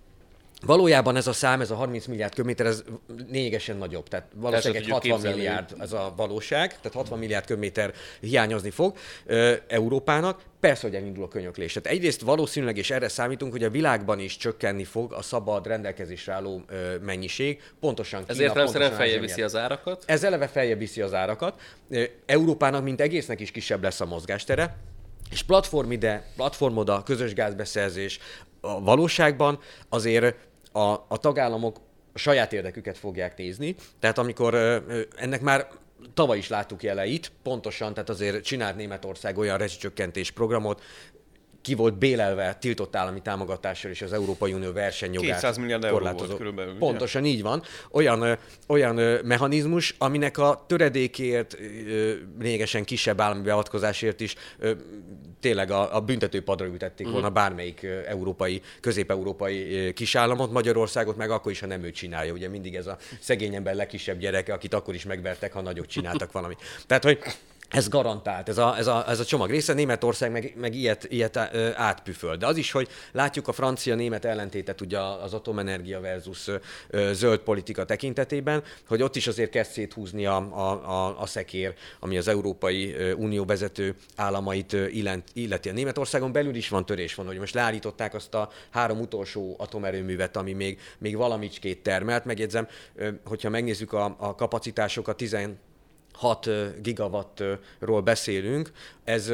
valójában ez a szám, ez a harminc milliárd köbméter, ez lényegesen nagyobb. Tehát valószínűleg egy hatvan milliárd ez a valóság, tehát hatvan milliárd köbméter hiányozni fog ö, Európának. Persze, hogy elindul a könyöklés. Tehát egyrészt valószínűleg, és erre számítunk, hogy a világban is csökkenni fog a szabad rendelkezésre álló ö, mennyiség. Pontosan Kína, ezért rendszerűen feljebb viszi az árakat? Ez eleve feljebb viszi az árakat. Ö, Európának, mint egésznek is kisebb lesz a mozgástere. És platform ide, platform oda, közös gázbeszerzés, a valóságban azért a, a tagállamok a saját érdeküket fogják nézni. Tehát amikor ennek már tavaly is láttuk jeleit, pontosan, tehát azért csinált Németország olyan rezsicsökkentés programot, ki volt bélelve tiltott állami támogatással és az Európai Unió versenyjogát kétszáz milliárd euró volt körülbelül. Pontosan ugye? Így van. Olyan, olyan mechanizmus, aminek a töredékért, lényegesen kisebb állami beavatkozásért is tényleg a, a büntetőpadra ültették mm. volna bármelyik európai, közép-európai kisállamot, Magyarországot meg akkor is, ha nem ő csinálja. Ugye mindig ez a szegény ember legkisebb gyereke, akit akkor is megvertek, ha nagyok csináltak valamit. Tehát, hogy ez garantált, ez a, ez a, ez a csomag része, Németország meg, meg ilyet, ilyet átpüföl. De az is, hogy látjuk a francia-német ellentétet ugye az atomenergia versus zöld politika tekintetében, hogy ott is azért kezd széthúzni a, a, a, a szekér, ami az Európai Unió vezető államait illeti. A Németországon belül is van törés van, hogy most leállították azt a három utolsó atomerőművet, ami még, még valamicskét termelt. Megjegyzem, hogyha megnézzük a, a kapacitásokat, tizenhat gigawattról beszélünk, ez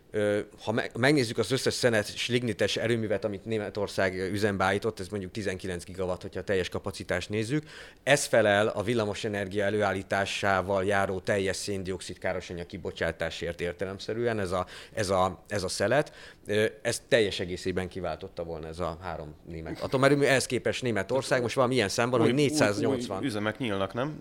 ha megnézzük az összes szenet és lignites erőművet, amit Németország üzembe állított, ez mondjuk tizenkilenc gigawatt, hogyha a teljes kapacitást nézzük, ez felel a villamosenergia előállításával járó teljes szén-dioxid károsanyag kibocsátásért értelemszerűen, ez a, ez, a, ez a szelet. Ez teljes egészében kiváltotta volna ez a három német atomerőmű. Ehhez képest Németország most valamilyen számban, hogy négyszáznyolcvan. Új, új üzemek nyílnak, nem?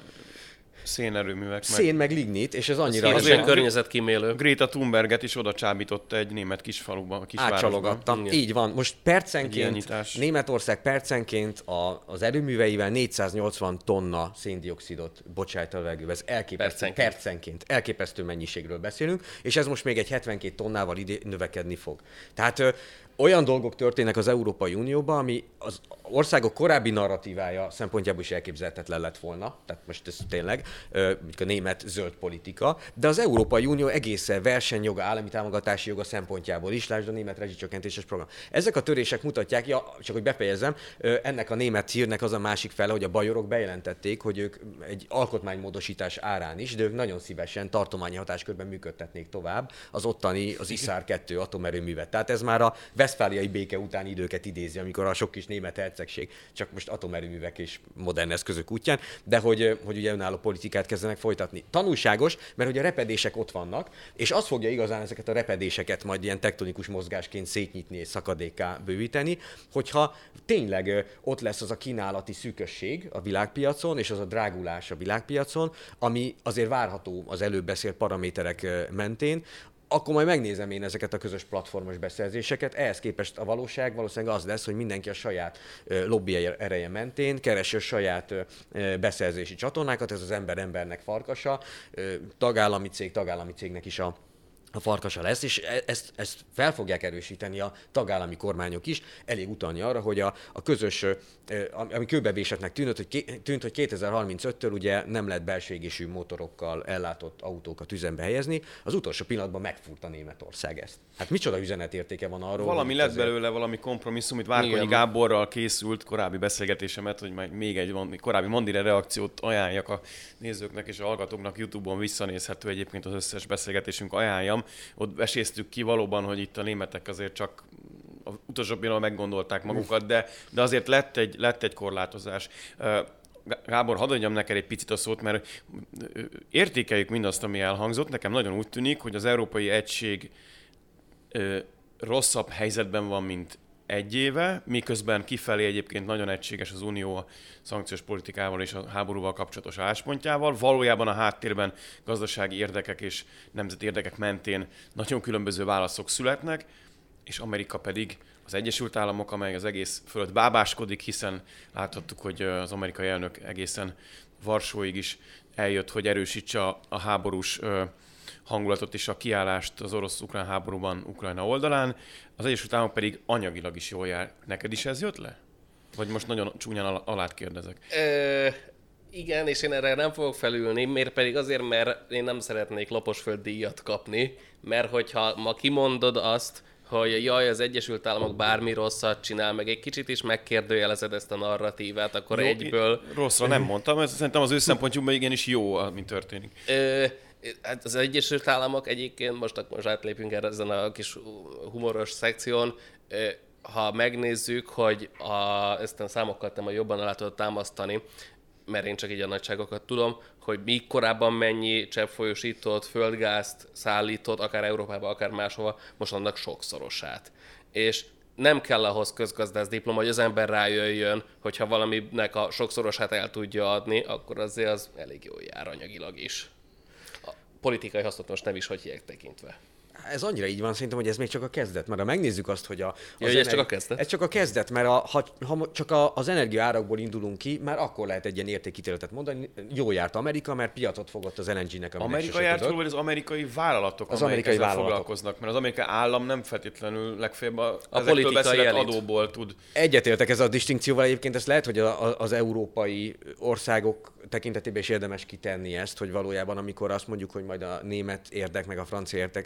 Szénerőművek. Meg... Szén meg lignit, és ez annyira... Azért környezetkímélő. Greta Thunberget is oda csábította egy német kisfaluba, kisvárosban. Átcsalogattam. Így van. Most percenként, Németország percenként a, az erőműveivel négyszáznyolcvan tonna széndioxidot bocsájt a levegőbe. Ez elképesztő. Percenként. percenként. Elképesztő mennyiségről beszélünk, és ez most még egy hetvenkét tonnával idé növekedni fog. Tehát ö, olyan dolgok történnek az Európai Unióban, ami az országok korábbi narratívája szempontjából is elképzelhetetlen lett volna. Tehát most ez tényleg a német zöld politika, de az Európai Unió egészen versenyjoga, állami támogatási joga szempontjából is, lásd a német rezsicsökkentéses program. Ezek a törések mutatják, ja, csak hogy befejezzem, ennek a német hírnek az a másik fele, hogy a bajorok bejelentették, hogy ők egy alkotmánymódosítás árán is, de ők nagyon szívesen tartományi hatáskörben működtetnék tovább az ottani, az Iszár kettő atomerőművet. Tehát ez már a vesztfáliai béke utáni időket idézi, amikor a sok kis német hercegség csak most atomerőművek és modern eszközök útján, de hogy, hogy ugye önálló politikát kezdenek folytatni. Tanulságos, mert hogy a repedések ott vannak, és az fogja igazán ezeket a repedéseket majd ilyen tektonikus mozgásként szétnyitni és szakadékká bővíteni, hogyha tényleg ott lesz az a kínálati szűkösség a világpiacon, és az a drágulás a világpiacon, ami azért várható az előbb beszélt paraméterek mentén, akkor majd megnézem én ezeket a közös platformos beszerzéseket. Ehhez képest a valóság valószínűleg az lesz, hogy mindenki a saját lobby ereje mentén keresi a saját beszerzési csatornákat, ez az ember embernek farkasa, tagállami cég tagállami cégnek is a a farkasa lesz, és ezt, ezt fel fogják erősíteni a tagállami kormányok is. Elég utalni arra, hogy a, a közös, ami kőbevésetnek tűnt, hogy, tűnt, hogy kétezer-harmincöttől ugye nem lehet belső égésű motorokkal ellátott autókat üzembe helyezni. Az utolsó pillanatban megfúrta Németország ezt. Hát micsoda üzenetértéke van arról. Valami lett azért... belőle, valami kompromisszum. Itt Várkonyi Gáborral készült korábbi beszélgetésemet, hogy majd még egy korábbi Mandiner reakciót ajánljak a nézőknek és a hallgatóknak. YouTube-on visszanézhető egyébként az összes beszélgetésünk, ajánljam. Ott eséztük ki valóban, hogy itt a németek azért csak az utolsó pillanatban meggondolták magukat, de, de azért lett egy, lett egy korlátozás. Gábor, hadd adjam neked egy picit a szót, mert értékeljük mindazt, ami elhangzott. Nekem nagyon úgy tűnik, hogy az Európai Egység rosszabb helyzetben van, mint egy éve, miközben kifelé egyébként nagyon egységes az Unió a szankciós politikával és a háborúval kapcsolatos álláspontjával. Valójában a háttérben gazdasági érdekek és nemzeti érdekek mentén nagyon különböző válaszok születnek, és Amerika pedig az Egyesült Államok, amely az egész fölött bábáskodik, hiszen láthattuk, hogy az amerikai elnök egészen Varsóig is eljött, hogy erősítse a háborús hangulatot és a kiállást az orosz-ukrán háborúban Ukrajna oldalán, az Egyesült Államok pedig anyagilag is jól jár. Neked is ez jött le? Vagy most nagyon csúnyán alát kérdezek? Ö, igen, és én erre nem fogok felülni, miért pedig azért, mert én nem szeretnék laposföld díjat kapni, mert hogyha ma kimondod azt, hogy jaj, az Egyesült Államok bármi rosszat csinál, meg egy kicsit is megkérdőjelezed ezt a narratívát, akkor jó, egyből... Rosszra nem mondtam, ez szerintem az ő szempontjukban igenis jó, ami történik. Ö, Hát az Egyesült Államok egyébként, most, most átlépünk erre ezen a kis humoros szekción, ha megnézzük, hogy a, ezt a számokat nem a jobban alá tudod támasztani, mert én csak így a nagyságokat tudom, hogy még korábban mennyi cseppfolyósított, földgázt szállított, akár Európába, akár máshova, most annak sokszorosát. És nem kell ahhoz közgazdász diploma, hogy az ember rájöjjön, hogyha valaminek a sokszorosát el tudja adni, akkor azért az elég jól jár anyagilag is. Politikai hasznot most nem is hogy hívják tekintve. Ez annyira így van szerintem, hogy ez még csak a kezdet, mert ha megnézzük azt, hogy a... Ja, energi... ez csak a kezdet? Ez csak a kezdet, mert a, ha, ha csak a, az energiaárakból indulunk ki, már akkor lehet egy ilyen értékítéletet mondani. Jó járt Amerika, mert piacot fogott az el en gé-nek, aminek Amerika járt jól, vagy az amerikai vállalatok, az amerikai vállalatok foglalkoznak, mert az amerikai állam nem feltétlenül legfeljebb a, a politikai adóból tud. Egyetértek ez a distinkcióval, egyébként ezt lehet, hogy a, a, az európai országok tekintetében is érdemes kitenni ezt, hogy valójában amikor azt mondjuk, hogy majd a német érdek meg a francia érdek szétválik,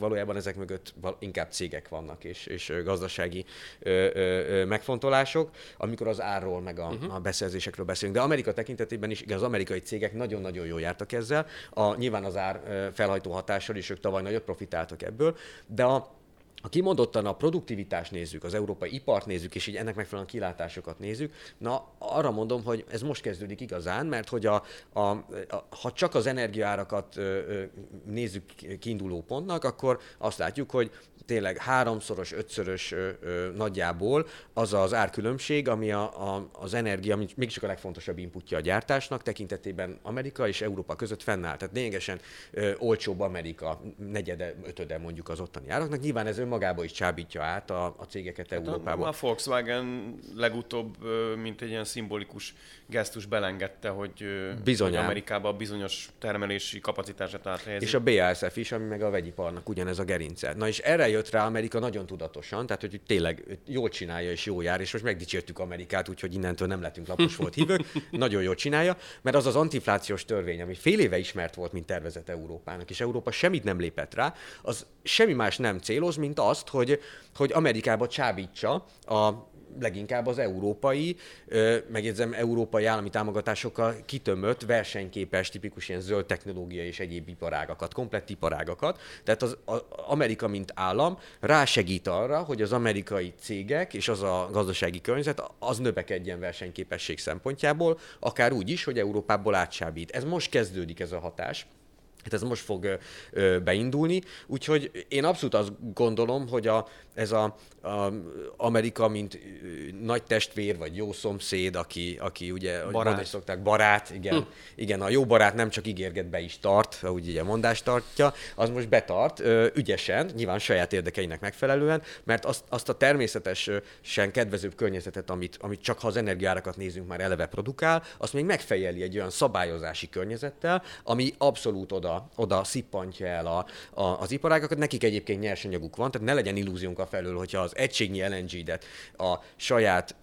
valójában ezek mögött inkább cégek vannak, és, és gazdasági ö, ö, ö, megfontolások, amikor az árról, meg a, uh-huh. a beszerzésekről beszélünk. De Amerika tekintetében is, igen, az amerikai cégek nagyon-nagyon jól jártak ezzel. A, nyilván az ár felhajtó hatással is ők tavaly nagyot profitáltak ebből, de a Ha kimondottan a produktivitást nézzük, az európai ipart nézzük, és így ennek megfelelően kilátásokat nézzük, na arra mondom, hogy ez most kezdődik igazán, mert hogy a, a, a, ha csak az energiaárakat ö, ö, nézzük kiinduló pontnak, akkor azt látjuk, hogy tényleg háromszoros, ötszörös ö, ö, nagyjából az az árkülönbség, ami a, a, az energia, ami mégiscsak a legfontosabb inputja a gyártásnak, tekintetében Amerika és Európa között fennáll. Tehát lényegesen ö, olcsóbb Amerika, negyede, ötöde mondjuk az ottani áraknak. Nyilván ez önmagában is csábítja át a, a cégeket hát Európába. A, a Volkswagen legutóbb, mint egy ilyen szimbolikus gesztus belengedte, hogy, hogy Amerikában bizonyos termelési kapacitását áthelyezi. És a bé á es ef is, ami meg a vegyiparnak ugyanez a gerince. Na és erre jött rá Amerika nagyon tudatosan, tehát hogy tényleg jól csinálja és jól jár, és most megdicsértük Amerikát, úgyhogy innentől nem lettünk lapos volt hívők, nagyon jól csinálja, mert az az antinflációs törvény, ami fél éve ismert volt, mint tervezet Európának, és Európa semmit nem lépett rá, az semmi más nem céloz, mint azt, hogy, hogy Amerikába csábítsa a leginkább az európai, megjegyzem, európai állami támogatásokkal kitömött, versenyképes, tipikus ilyen zöld technológia és egyéb iparágakat, komplett iparágakat. Tehát az, az Amerika, mint állam rásegít arra, hogy az amerikai cégek és az a gazdasági környezet az növekedjen versenyképesség szempontjából, akár úgy is, hogy Európából átsábít. Ez most kezdődik ez a hatás. Hát ez most fog ö, beindulni, úgyhogy én abszolút azt gondolom, hogy a, ez a, a Amerika, mint nagy testvér, vagy jó szomszéd, aki, aki ugye, mondani szokták, barát, igen, hm. igen, a jó barát nem csak ígérget, be is tart, ahogy ugye mondást tartja, az most betart ö, ügyesen, nyilván saját érdekeinek megfelelően, mert azt, azt a természetesen kedvezőbb környezetet, amit, amit csak ha az energiárakat nézünk, már eleve produkál, azt még megfejeli egy olyan szabályozási környezettel, ami abszolút oda oda szippantja el a, a, az iparágakat. Nekik egyébként nyersanyaguk van, tehát ne legyen illúziónk a felől, hogyha az egységnyi el en gé-det a saját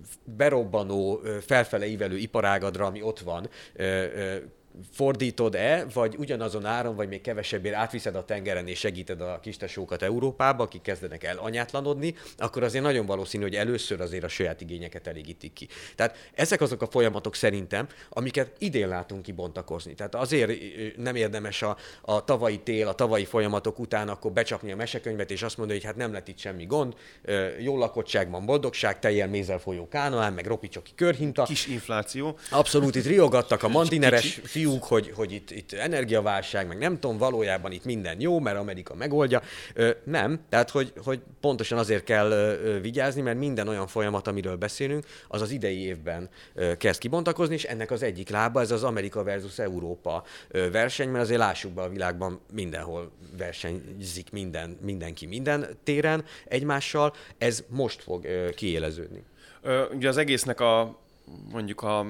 berobbanó, felfele ívelő iparágadra, ami ott van, fordítod-e, vagy ugyanazon áron, vagy még kevesebbért átviszed a tengeren és segíted a kistesókat Európába, akik kezdenek el anyátlanodni, akkor azért nagyon valószínű, hogy először azért a saját igényeket elégítik ki. Tehát ezek azok a folyamatok szerintem, amiket idén látunk kibontakozni. Tehát azért nem érdemes a, a tavalyi tél, a tavalyi folyamatok után akkor becsapni a mesekönyvet, és azt mondani, hogy hát nem lett itt semmi gond, jó lakottság van, boldogság, tejjel mézzel folyó kánoán, meg ropicsoki körhinta. Kis infláció. Abszolút, itt riogattak a mandineres fiúk, hogy, hogy itt, itt energiaválság, meg nem tudom, valójában itt minden jó, mert Amerika megoldja. Ö, nem, tehát hogy, hogy pontosan azért kell ö, vigyázni, mert minden olyan folyamat, amiről beszélünk, az az idei évben ö, kezd kibontakozni, és ennek az egyik lába, ez az Amerika versus Európa ö, verseny, mert azért lássuk be, a világban mindenhol versenyzik minden, mindenki minden téren egymással, ez most fog ö, kiéleződni. Ö, ugye az egésznek a mondjuk a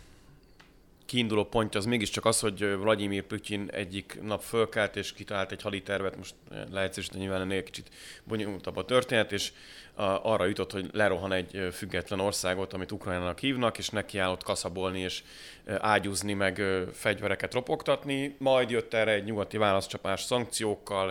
kiinduló pontja az mégiscsak az, hogy Vladimir Putyin egyik nap fölkelt és kitalált egy haditervet, most leegyszerűsíteni nyilván ennél kicsit bonyolultabb a történet, és arra jutott, hogy lerohan egy független országot, amit Ukrajnának hívnak, és nekiállott kaszabolni és ágyúzni, meg fegyvereket ropogtatni. Majd jött erre egy nyugati válaszcsapás szankciókkal,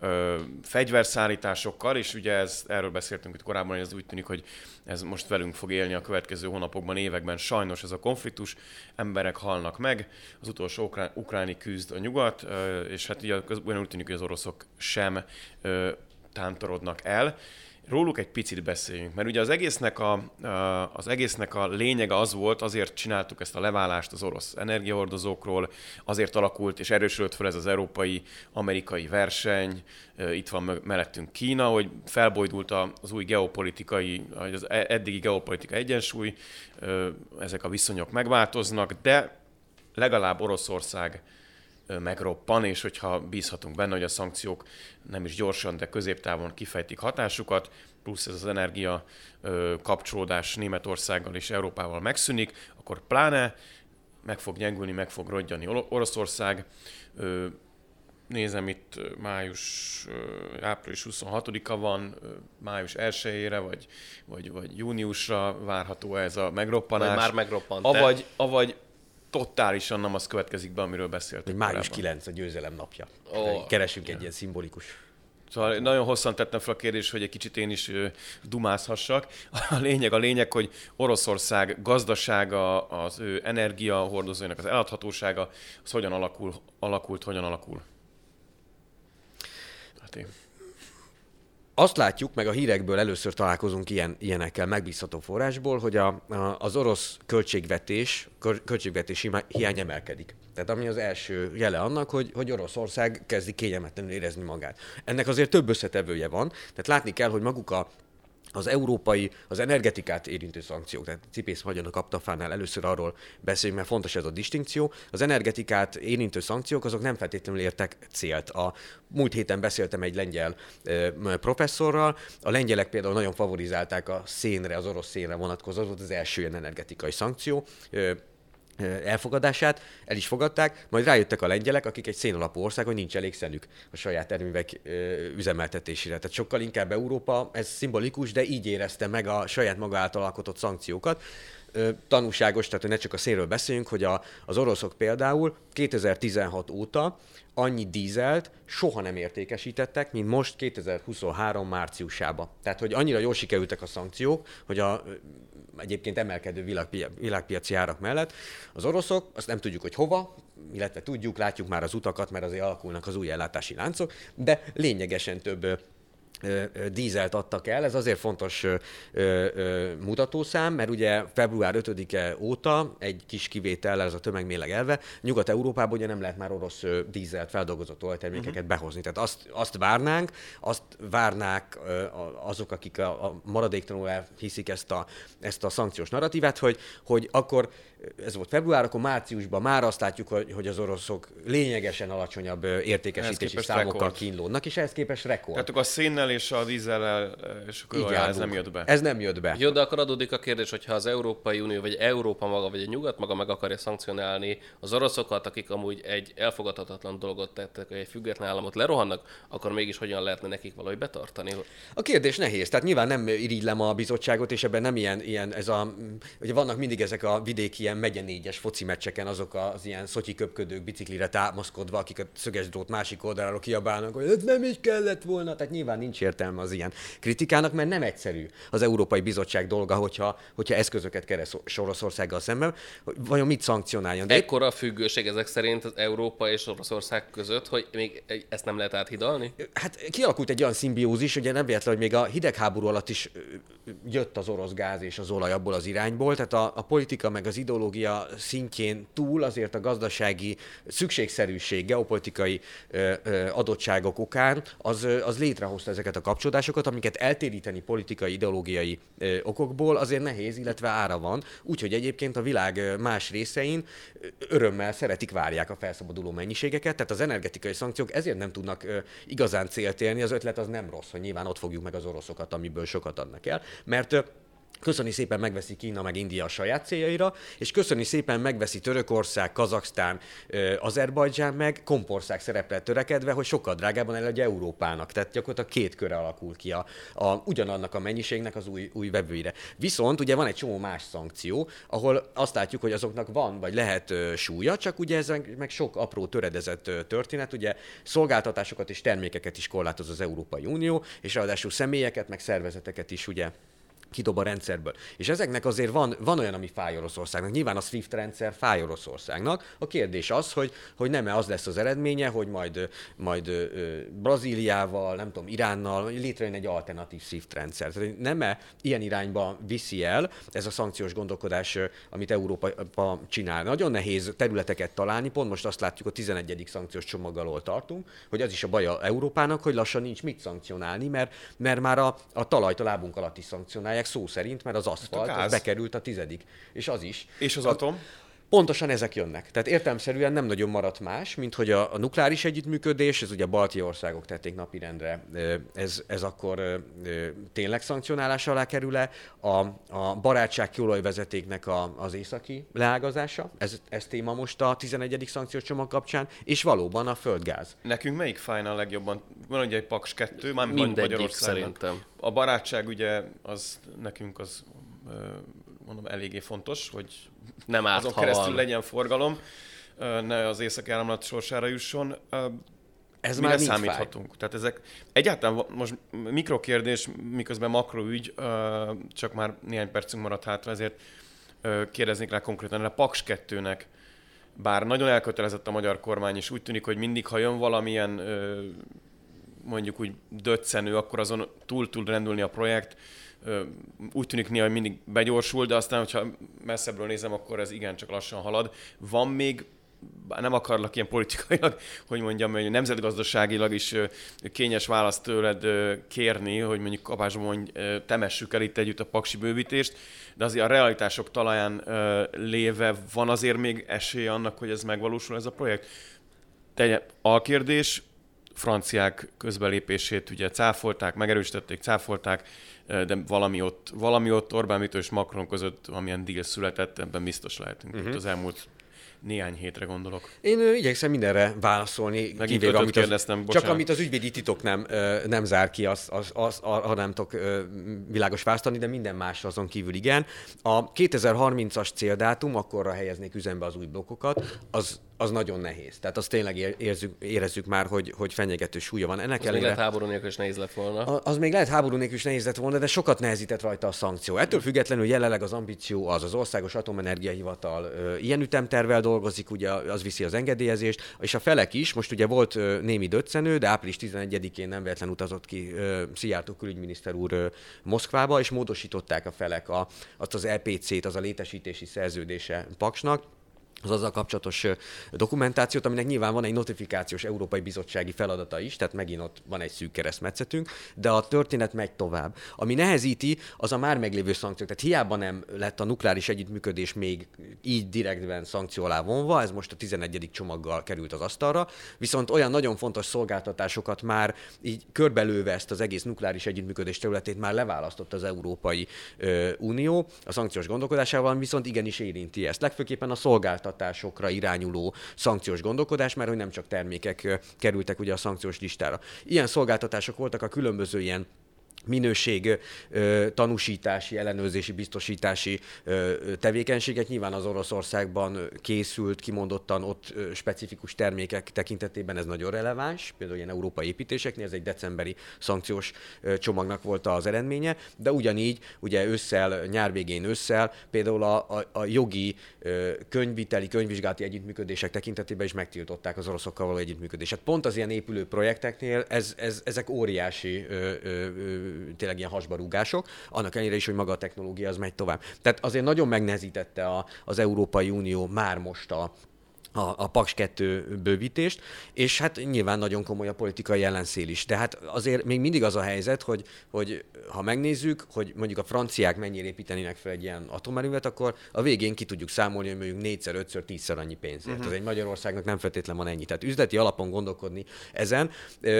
fegyverszállításokkal, és ugye ez, erről beszéltünk itt korábban, hogy ez úgy tűnik, hogy ez most velünk fog élni a következő hónapokban, években. Sajnos ez a konfliktus, emberek halnak meg, az utolsó ukrán, ukráni küzd a nyugat, és hát ugye úgy tűnik, hogy az oroszok sem tántorodnak el. Róluk egy picit beszéljünk, mert ugye az egésznek a, az egésznek a lényege az volt, azért csináltuk ezt a leválást az orosz energiahordozókról, azért alakult és erősödött fel ez az európai-amerikai verseny, itt van mellettünk Kína, hogy felbojdult az új geopolitikai, az eddigi geopolitikai egyensúly, ezek a viszonyok megváltoznak, de legalább Oroszország megroppan, és hogyha bízhatunk benne, hogy a szankciók nem is gyorsan, de középtávon kifejtik hatásukat, plusz ez az energia kapcsolódás Németországgal és Európával megszűnik, akkor pláne meg fog gyengülni, meg fog rodjani Oroszország. Nézem, itt május, április huszonhatodika van, május elsejére, vagy, vagy, vagy júniusra várható ez a megroppanás. Vagy már megroppant. Avagy, avagy totálisan nem az következik be, amiről beszéltünk. május kilencedike a győzelem napja. Oh. Keresünk egy ilyen szimbolikus. Szóval nagyon hosszan tettem fel a kérdést, hogy egy kicsit én is dumázhassak. A lényeg, a lényeg, hogy Oroszország gazdasága, az ő energiahordozóinak az eladhatósága, az hogyan alakul, alakult, hogyan alakul. Hát én... Azt látjuk, meg a hírekből először találkozunk ilyen, ilyenekkel megbízható forrásból, hogy a, a, az orosz költségvetés, költségvetési hiány emelkedik. Tehát ami az első jele annak, hogy, hogy Oroszország kezdi kényelmetlenül érezni magát. Ennek azért több összetevője van, tehát látni kell, hogy maguk a az európai, az energetikát érintő szankciók, tehát Cipész Magyon a Kaptafánál először arról beszélünk, mert fontos ez a distinkció. Az energetikát érintő szankciók azok nem feltétlenül értek célt. A múlt héten beszéltem egy lengyel e, professzorral, a lengyelek például nagyon favorizálták a szénre, az orosz szénre vonatkozó, az volt az első ilyen energetikai szankció, e, elfogadását, el is fogadták, majd rájöttek a lengyelek, akik egy szénalapú ország, hogy nincs elég szenük a saját erőművek üzemeltetésére. Tehát sokkal inkább Európa, ez szimbolikus, de így érezte meg a saját maga által alkotott szankciókat. Tanúságos, tehát hogy ne csak a szénről beszéljünk, hogy a, az oroszok például kétezer-tizenhat óta annyi dízelt soha nem értékesítettek, mint most kétezer-huszonhárom márciusában. Tehát, hogy annyira jól sikerültek a szankciók, hogy a egyébként emelkedő világpi- világpiaci árak mellett az oroszok, azt nem tudjuk, hogy hova, illetve tudjuk, látjuk már az utakat, mert azért alakulnak az új ellátási láncok, de lényegesen több dízelt adtak el. Ez azért fontos ö, ö, mutatószám, mert ugye február ötödike óta egy kis kivétellel, ez a tömegmérleg elve, Nyugat-Európában ugye nem lehet már orosz ö, dízelt feldolgozott olajtermékeket uh-huh. behozni. Tehát azt, azt várnánk, azt várnák ö, azok, akik a, a maradéktalanul elhiszik ezt a, ezt a szankciós narratívát, hogy, hogy akkor ez volt február, akkor márciusban már azt látjuk, hogy, hogy az oroszok lényegesen alacsonyabb értékesítési számokkal rekord. kínlódnak, és ehhez képest rekord. Tehát akkor a szénnel és a dízellel és a kőolajjal ez nem jött be. Ez nem jött be. Jó, de akkor adódik a kérdés, hogyha az Európai Unió, vagy Európa maga, vagy a Nyugat maga meg akarja szankcionálni az oroszokat, akik amúgy egy elfogadhatatlan dolgot tettek, hogy egy független államot lerohannak, akkor mégis hogyan lehetne nekik valahogy betartani? A kérdés nehéz. Tehát nyilván nem irigylem a bizottságot, és ebben nem ilyen, ilyen ez a, ugye vannak mindig ezek a vidéki ilyen megye négyes foci meccseken azok az ilyen szotyi köpködők biciklire támaszkodva, akik a szöges drót másik oldaláról kiabálnak, hogy ez nem is kellett volna. Tehát nyilván nincs értelme az ilyen kritikának, mert nem egyszerű az Európai Bizottság dolga, hogyha, hogyha eszközöket keres Oroszországgal szemben, vajon mit szankcionáljon. De ekkora a függőség ezek szerint az Európa és Oroszország között, hogy még ezt nem lehet áthidalni? Hát kialakult egy olyan szimbiózis, ugye nem véletlen, hogy még a hidegháború alatt is jött az orosz gáz és az olaj abból az irányból, tehát a, a politika meg az ideológia szintjén túl azért a gazdasági szükségszerűség, geopolitikai ö, ö, adottságok okán az, az létrehozta ezeket a kapcsolódásokat, amiket eltéríteni politikai, ideológiai ö, okokból azért nehéz, illetve ára van. Úgyhogy egyébként a világ más részein örömmel szeretik, várják a felszabaduló mennyiségeket, tehát az energetikai szankciók ezért nem tudnak ö, igazán célt érni. Az ötlet az nem rossz, hogy nyilván ott fogjuk meg az oroszokat, amiből sokat adnak el, mert ö, köszöni szépen megveszi Kína meg India a saját céljaira, és köszöni szépen megveszi Törökország, Kazaksztán, Azerbajdzsán meg Kompország szerepre törekedve, hogy sokkal drágában eladja Európának. Tehát gyakorlatilag két köre alakul ki a, a, ugyanannak a mennyiségnek az új, új vevőire. Viszont ugye van egy csomó más szankció, ahol azt látjuk, hogy azoknak van vagy lehet ö, súlya, csak ugye ez meg, meg sok apró töredezett ö, történet, ugye szolgáltatásokat és termékeket is korlátoz az Európai Unió, és ráadásul személyeket meg szervezeteket is ugye kidob a rendszerből. És ezeknek azért van, van olyan, ami fáj Oroszországnak. Nyilván a SWIFT rendszer fáj Oroszországnak. A kérdés az, hogy, hogy nem-e az lesz az eredménye, hogy majd, majd ö, Brazíliával, nem tudom, Iránnal létrejön egy alternatív SWIFT rendszer. Tehát nem-e ilyen irányba viszi el ez a szankciós gondolkodás, amit Európa csinál. Nagyon nehéz területeket találni, pont most azt látjuk, a tizenegyedik szankciós csomag alól tartunk, hogy az is a baja Európának, hogy lassan nincs mit szankcionálni, mert, mert már a, a talajt a lábunk alatt is szankcionálják szó szerint, mert az aszfalt az bekerült a tizedik, és az is. És az atom? Pontosan ezek jönnek. Tehát értelemszerűen nem nagyon maradt más, mint hogy a, a nukleáris együttműködés, ez ugye a balti országok tették napirendre, ez, ez akkor tényleg szankcionálás alá kerül-e, a, a barátság olajvezetéknek a, az északi leágazása, ez, ez téma most a tizenegyedik szankciós csomag kapcsán, és valóban a földgáz. Nekünk melyik fájna a legjobban? Van ugye egy Paks kettő, már mindegyik szerintem. A barátság ugye, az nekünk az, mondom, eléggé fontos, hogy nem árt, azon keresztül van. Legyen forgalom, ne az északi áramlat sorsára jusson. Ez mire már számíthatunk? Tehát ezek egyáltalán most mikrokérdés, miközben makroügy, csak már néhány percünk maradt hátra, ezért kérdeznék rá konkrétan, a Paks kettőnek, bár nagyon elkötelezett a magyar kormány, és úgy tűnik, hogy mindig, ha jön valamilyen mondjuk úgy döccenő, akkor azon túl tud rendülni a projekt. Úgy tűnik néha, hogy mindig begyorsul, de aztán, hogyha messzebbről nézem, akkor ez igencsak lassan halad. Van még, nem akarlak ilyen politikailag, hogy mondjam, hogy nemzetgazdaságilag is kényes választ tőled kérni, hogy mondjuk Kapásban mondj, temessük el itt együtt a paksi bővítést, de azért a realitások talaján léve van azért még esély annak, hogy ez megvalósul ez a projekt? Te, alkérdés, franciák közbelépését ugye cáfolták, megerősítették, cáfolták, de valami ott, valami ott Orbán Viktor és Macron között, amilyen deal született, ebben biztos lehetünk uh-huh. itt az elmúlt néhány hétre gondolok. Én ö, igyekszem mindenre válaszolni, kivéve amit az, csak amit az ügyvédi titok nem, ö, nem zár ki, az, az, az, arra nem tudok ö, világos választani, de minden más azon kívül igen. A kétezer-harmincas céldátum, akkorra helyeznék üzembe az új blokkokat, az, az nagyon nehéz. Tehát azt tényleg érzük, érezzük már, hogy, hogy fenyegető súlya van. Ennek az ellenére, még lehet háború nélkül is nehéz lett volna. Az még lehet háború nélkül is nehéz lett volna, de sokat nehezített rajta a szankció. Ettől függetlenül jelenleg az ambíció az, az Országos Atomenergia Hivatal ö, ilyen ütemtervvel dolgozik, ugye az viszi az engedélyezést, és a felek is, most ugye volt ö, némi döccenő, de április tizenegyedikén nem véletlen utazott ki ö, Szijjártó külügyminiszter úr ö, Moszkvába, és módosították a felek a, azt az é pé cét, az a létesítési szerződése Paksnak, az azzal kapcsolatos dokumentációt, aminek nyilván van egy notifikációs Európai Bizottsági feladata is, tehát megint ott van egy szűk keresztmetszetünk, de a történet megy tovább. Ami nehezíti, az a már meglévő szankciók. Tehát hiába nem lett a nukleáris együttműködés még így direktben szankció alá vonva, ez most a tizenegyedik csomaggal került az asztalra, viszont olyan nagyon fontos szolgáltatásokat már így körbelőve ezt az egész nukleáris együttműködés területét már leválasztott az Európai ö, Unió a szankciós gondolkodásával, viszont igenis érinti ezt. Legfőképpen a szolgáltatások irányuló szankciós gondolkodás, mert hogy nem csak termékek kerültek ugye a szankciós listára. Ilyen szolgáltatások voltak a különböző ilyen minőség, tanúsítási, ellenőrzési, biztosítási tevékenységek. Nyilván az Oroszországban készült, kimondottan ott specifikus termékek tekintetében ez nagyon releváns, például ilyen európai építéseknél, ez egy decemberi szankciós csomagnak volt az eredménye, de ugyanígy ugye ősszel, nyár végén ősszel például a, a, a jogi könyvviteli, könyvvizsgálati együttműködések tekintetében is megtiltották az oroszokkal való együttműködést. Hát pont az ilyen épülő projekteknél ez, ez, ezek óriási ö, ö, ö, tényleg ilyen hasbarúgások, annak ellenére is, hogy maga a technológia az megy tovább. Tehát azért nagyon megnehezítette a, az Európai Unió már most a a, a Paks kettő bővítést, és hát nyilván nagyon komoly a politikai ellenszél is. De hát azért még mindig az a helyzet, hogy, hogy ha megnézzük, hogy mondjuk a franciák mennyire építenének fel egy ilyen atomerőmet, akkor a végén ki tudjuk számolni, hogy mondjuk négyszer, ötször, tízszer annyi pénzért. Uh-huh. Ez egy Magyarországnak nem feltétlenül van ennyi. Tehát üzleti alapon gondolkodni ezen,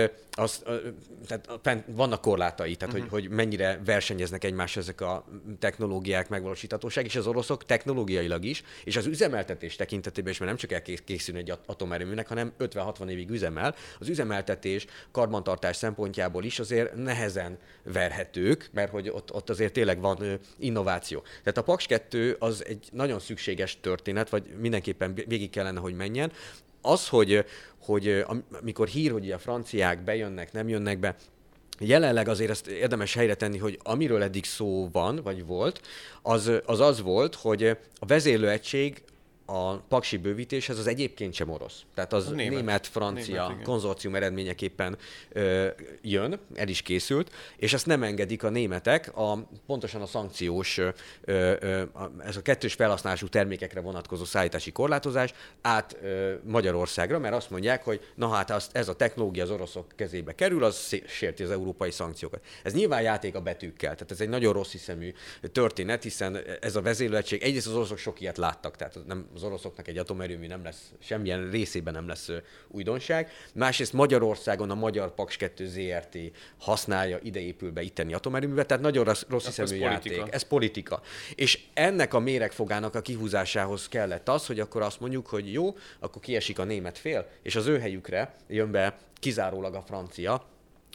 az, tehát vannak korlátai, tehát uh-huh. hogy, hogy mennyire versenyeznek egymással ezek a technológiák megvalósíthatóság, és az oroszok technológiailag is, és az üzemeltetés tekintetében is, mert nem csak készülni egy atomerőműnek, hanem ötven-hatvan évig üzemel. Az üzemeltetés, karbantartás szempontjából is azért nehezen verhetők, mert hogy ott, ott azért tényleg van innováció. Tehát a Paks kettő az egy nagyon szükséges történet, vagy mindenképpen végig kellene, hogy menjen. Az, hogy, hogy amikor hír, hogy a franciák bejönnek, nem jönnek be, jelenleg azért ezt érdemes helyre tenni, hogy amiről eddig szó van, vagy volt, az az, az volt, hogy a vezérlőegység a paksi bővítéshez az egyébként sem orosz. Tehát az német-francia német, konzorcium eredményeképpen ö, jön, el is készült, és ezt nem engedik a németek, a, pontosan a szankciós, ö, ö, ez a kettős felhasználású termékekre vonatkozó szállítási korlátozás át ö, Magyarországra, mert azt mondják, hogy na hát azt, ez a technológia az oroszok kezébe kerül, az sérti az európai szankciókat. Ez nyilván játék a betűkkel, tehát ez egy nagyon rossz hiszemű történet, hiszen ez a vezérlőegység, egyrészt az oroszok sok ilyet láttak, tehát nem az oroszoknak egy atomerőmű nem lesz, semmilyen részében nem lesz újdonság. Másrészt Magyarországon a Magyar Paks kettő zé er té használja, ide épül be itteni atomerőművet, tehát nagyon rossz, rossz hiszemű játék. Politika. Ez politika. És ennek a méregfogának a kihúzásához kellett az, hogy akkor azt mondjuk, hogy jó, akkor kiesik a német fél, és az ő helyükre jön be kizárólag a francia,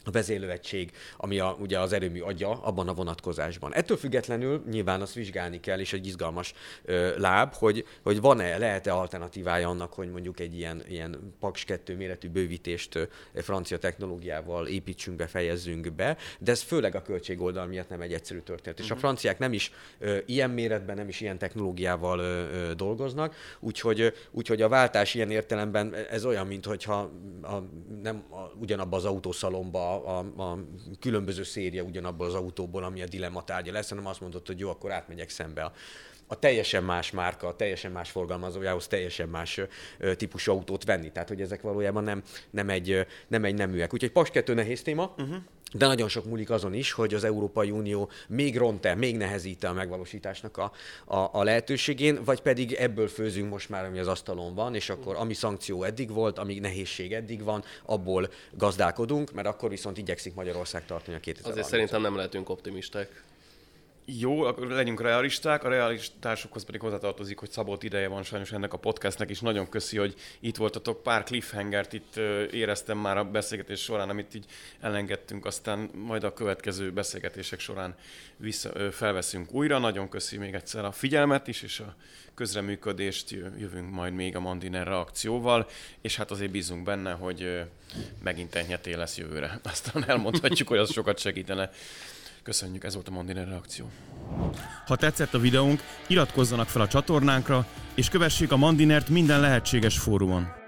a vezérlőegység, ami a, ugye az erőmű agya abban a vonatkozásban. Ettől függetlenül nyilván azt vizsgálni kell, és egy izgalmas ö, láb, hogy, hogy van-e, lehet-e alternatívája annak, hogy mondjuk egy ilyen, ilyen Paks kettő méretű bővítést ö, francia technológiával építsünk be, fejezzünk be, de ez főleg a költségoldal miatt nem egy egyszerű történet. Uh-huh. És a franciák nem is ö, ilyen méretben, nem is ilyen technológiával ö, ö, dolgoznak, úgyhogy, úgyhogy a váltás ilyen értelemben ez olyan, mintha a, nem a, ugyanabban az autószalomba A, a különböző széria ugyanabból az autóból, ami a dilemma tárgya lesz, hanem azt mondott, hogy jó, akkor átmegyek szembe a, a teljesen más márka, a teljesen más forgalmazójához teljesen más ö, típusú autót venni. Tehát, hogy ezek valójában nem, nem, egy, nem egy neműek. Úgyhogy Paks kettő nehéz téma, uh-huh. de nagyon sok múlik azon is, hogy az Európai Unió még ront-e, még nehezít-e a megvalósításnak a, a, a lehetőségén, vagy pedig ebből főzünk most már, ami az asztalon van, és akkor ami szankció eddig volt, ami nehézség eddig van, abból gazdálkodunk, mert akkor viszont igyekszik Magyarország tartani a kétezer-harmincas. Azért szerintem nem lehetünk optimisták. Jó, akkor legyünk realisták, a realitásokhoz pedig hozzátartozik, hogy Szabolt ideje van sajnos ennek a podcastnek is. Nagyon köszi, hogy itt voltatok, pár cliffhangert itt éreztem már a beszélgetés során, amit így elengedtünk, aztán majd a következő beszélgetések során vissza, felveszünk újra. Nagyon köszi még egyszer a figyelmet is, és a közreműködést, jövünk majd még a Mandiner reakcióval, és hát azért bízunk benne, hogy megint enyheté lesz jövőre. Aztán elmondhatjuk, hogy az sokat segítene. Köszönjük, ez volt a Mandiner reakció. Ha tetszett a videónk, iratkozzanak fel a csatornánkra, és kövessék a Mandinert minden lehetséges fórumon.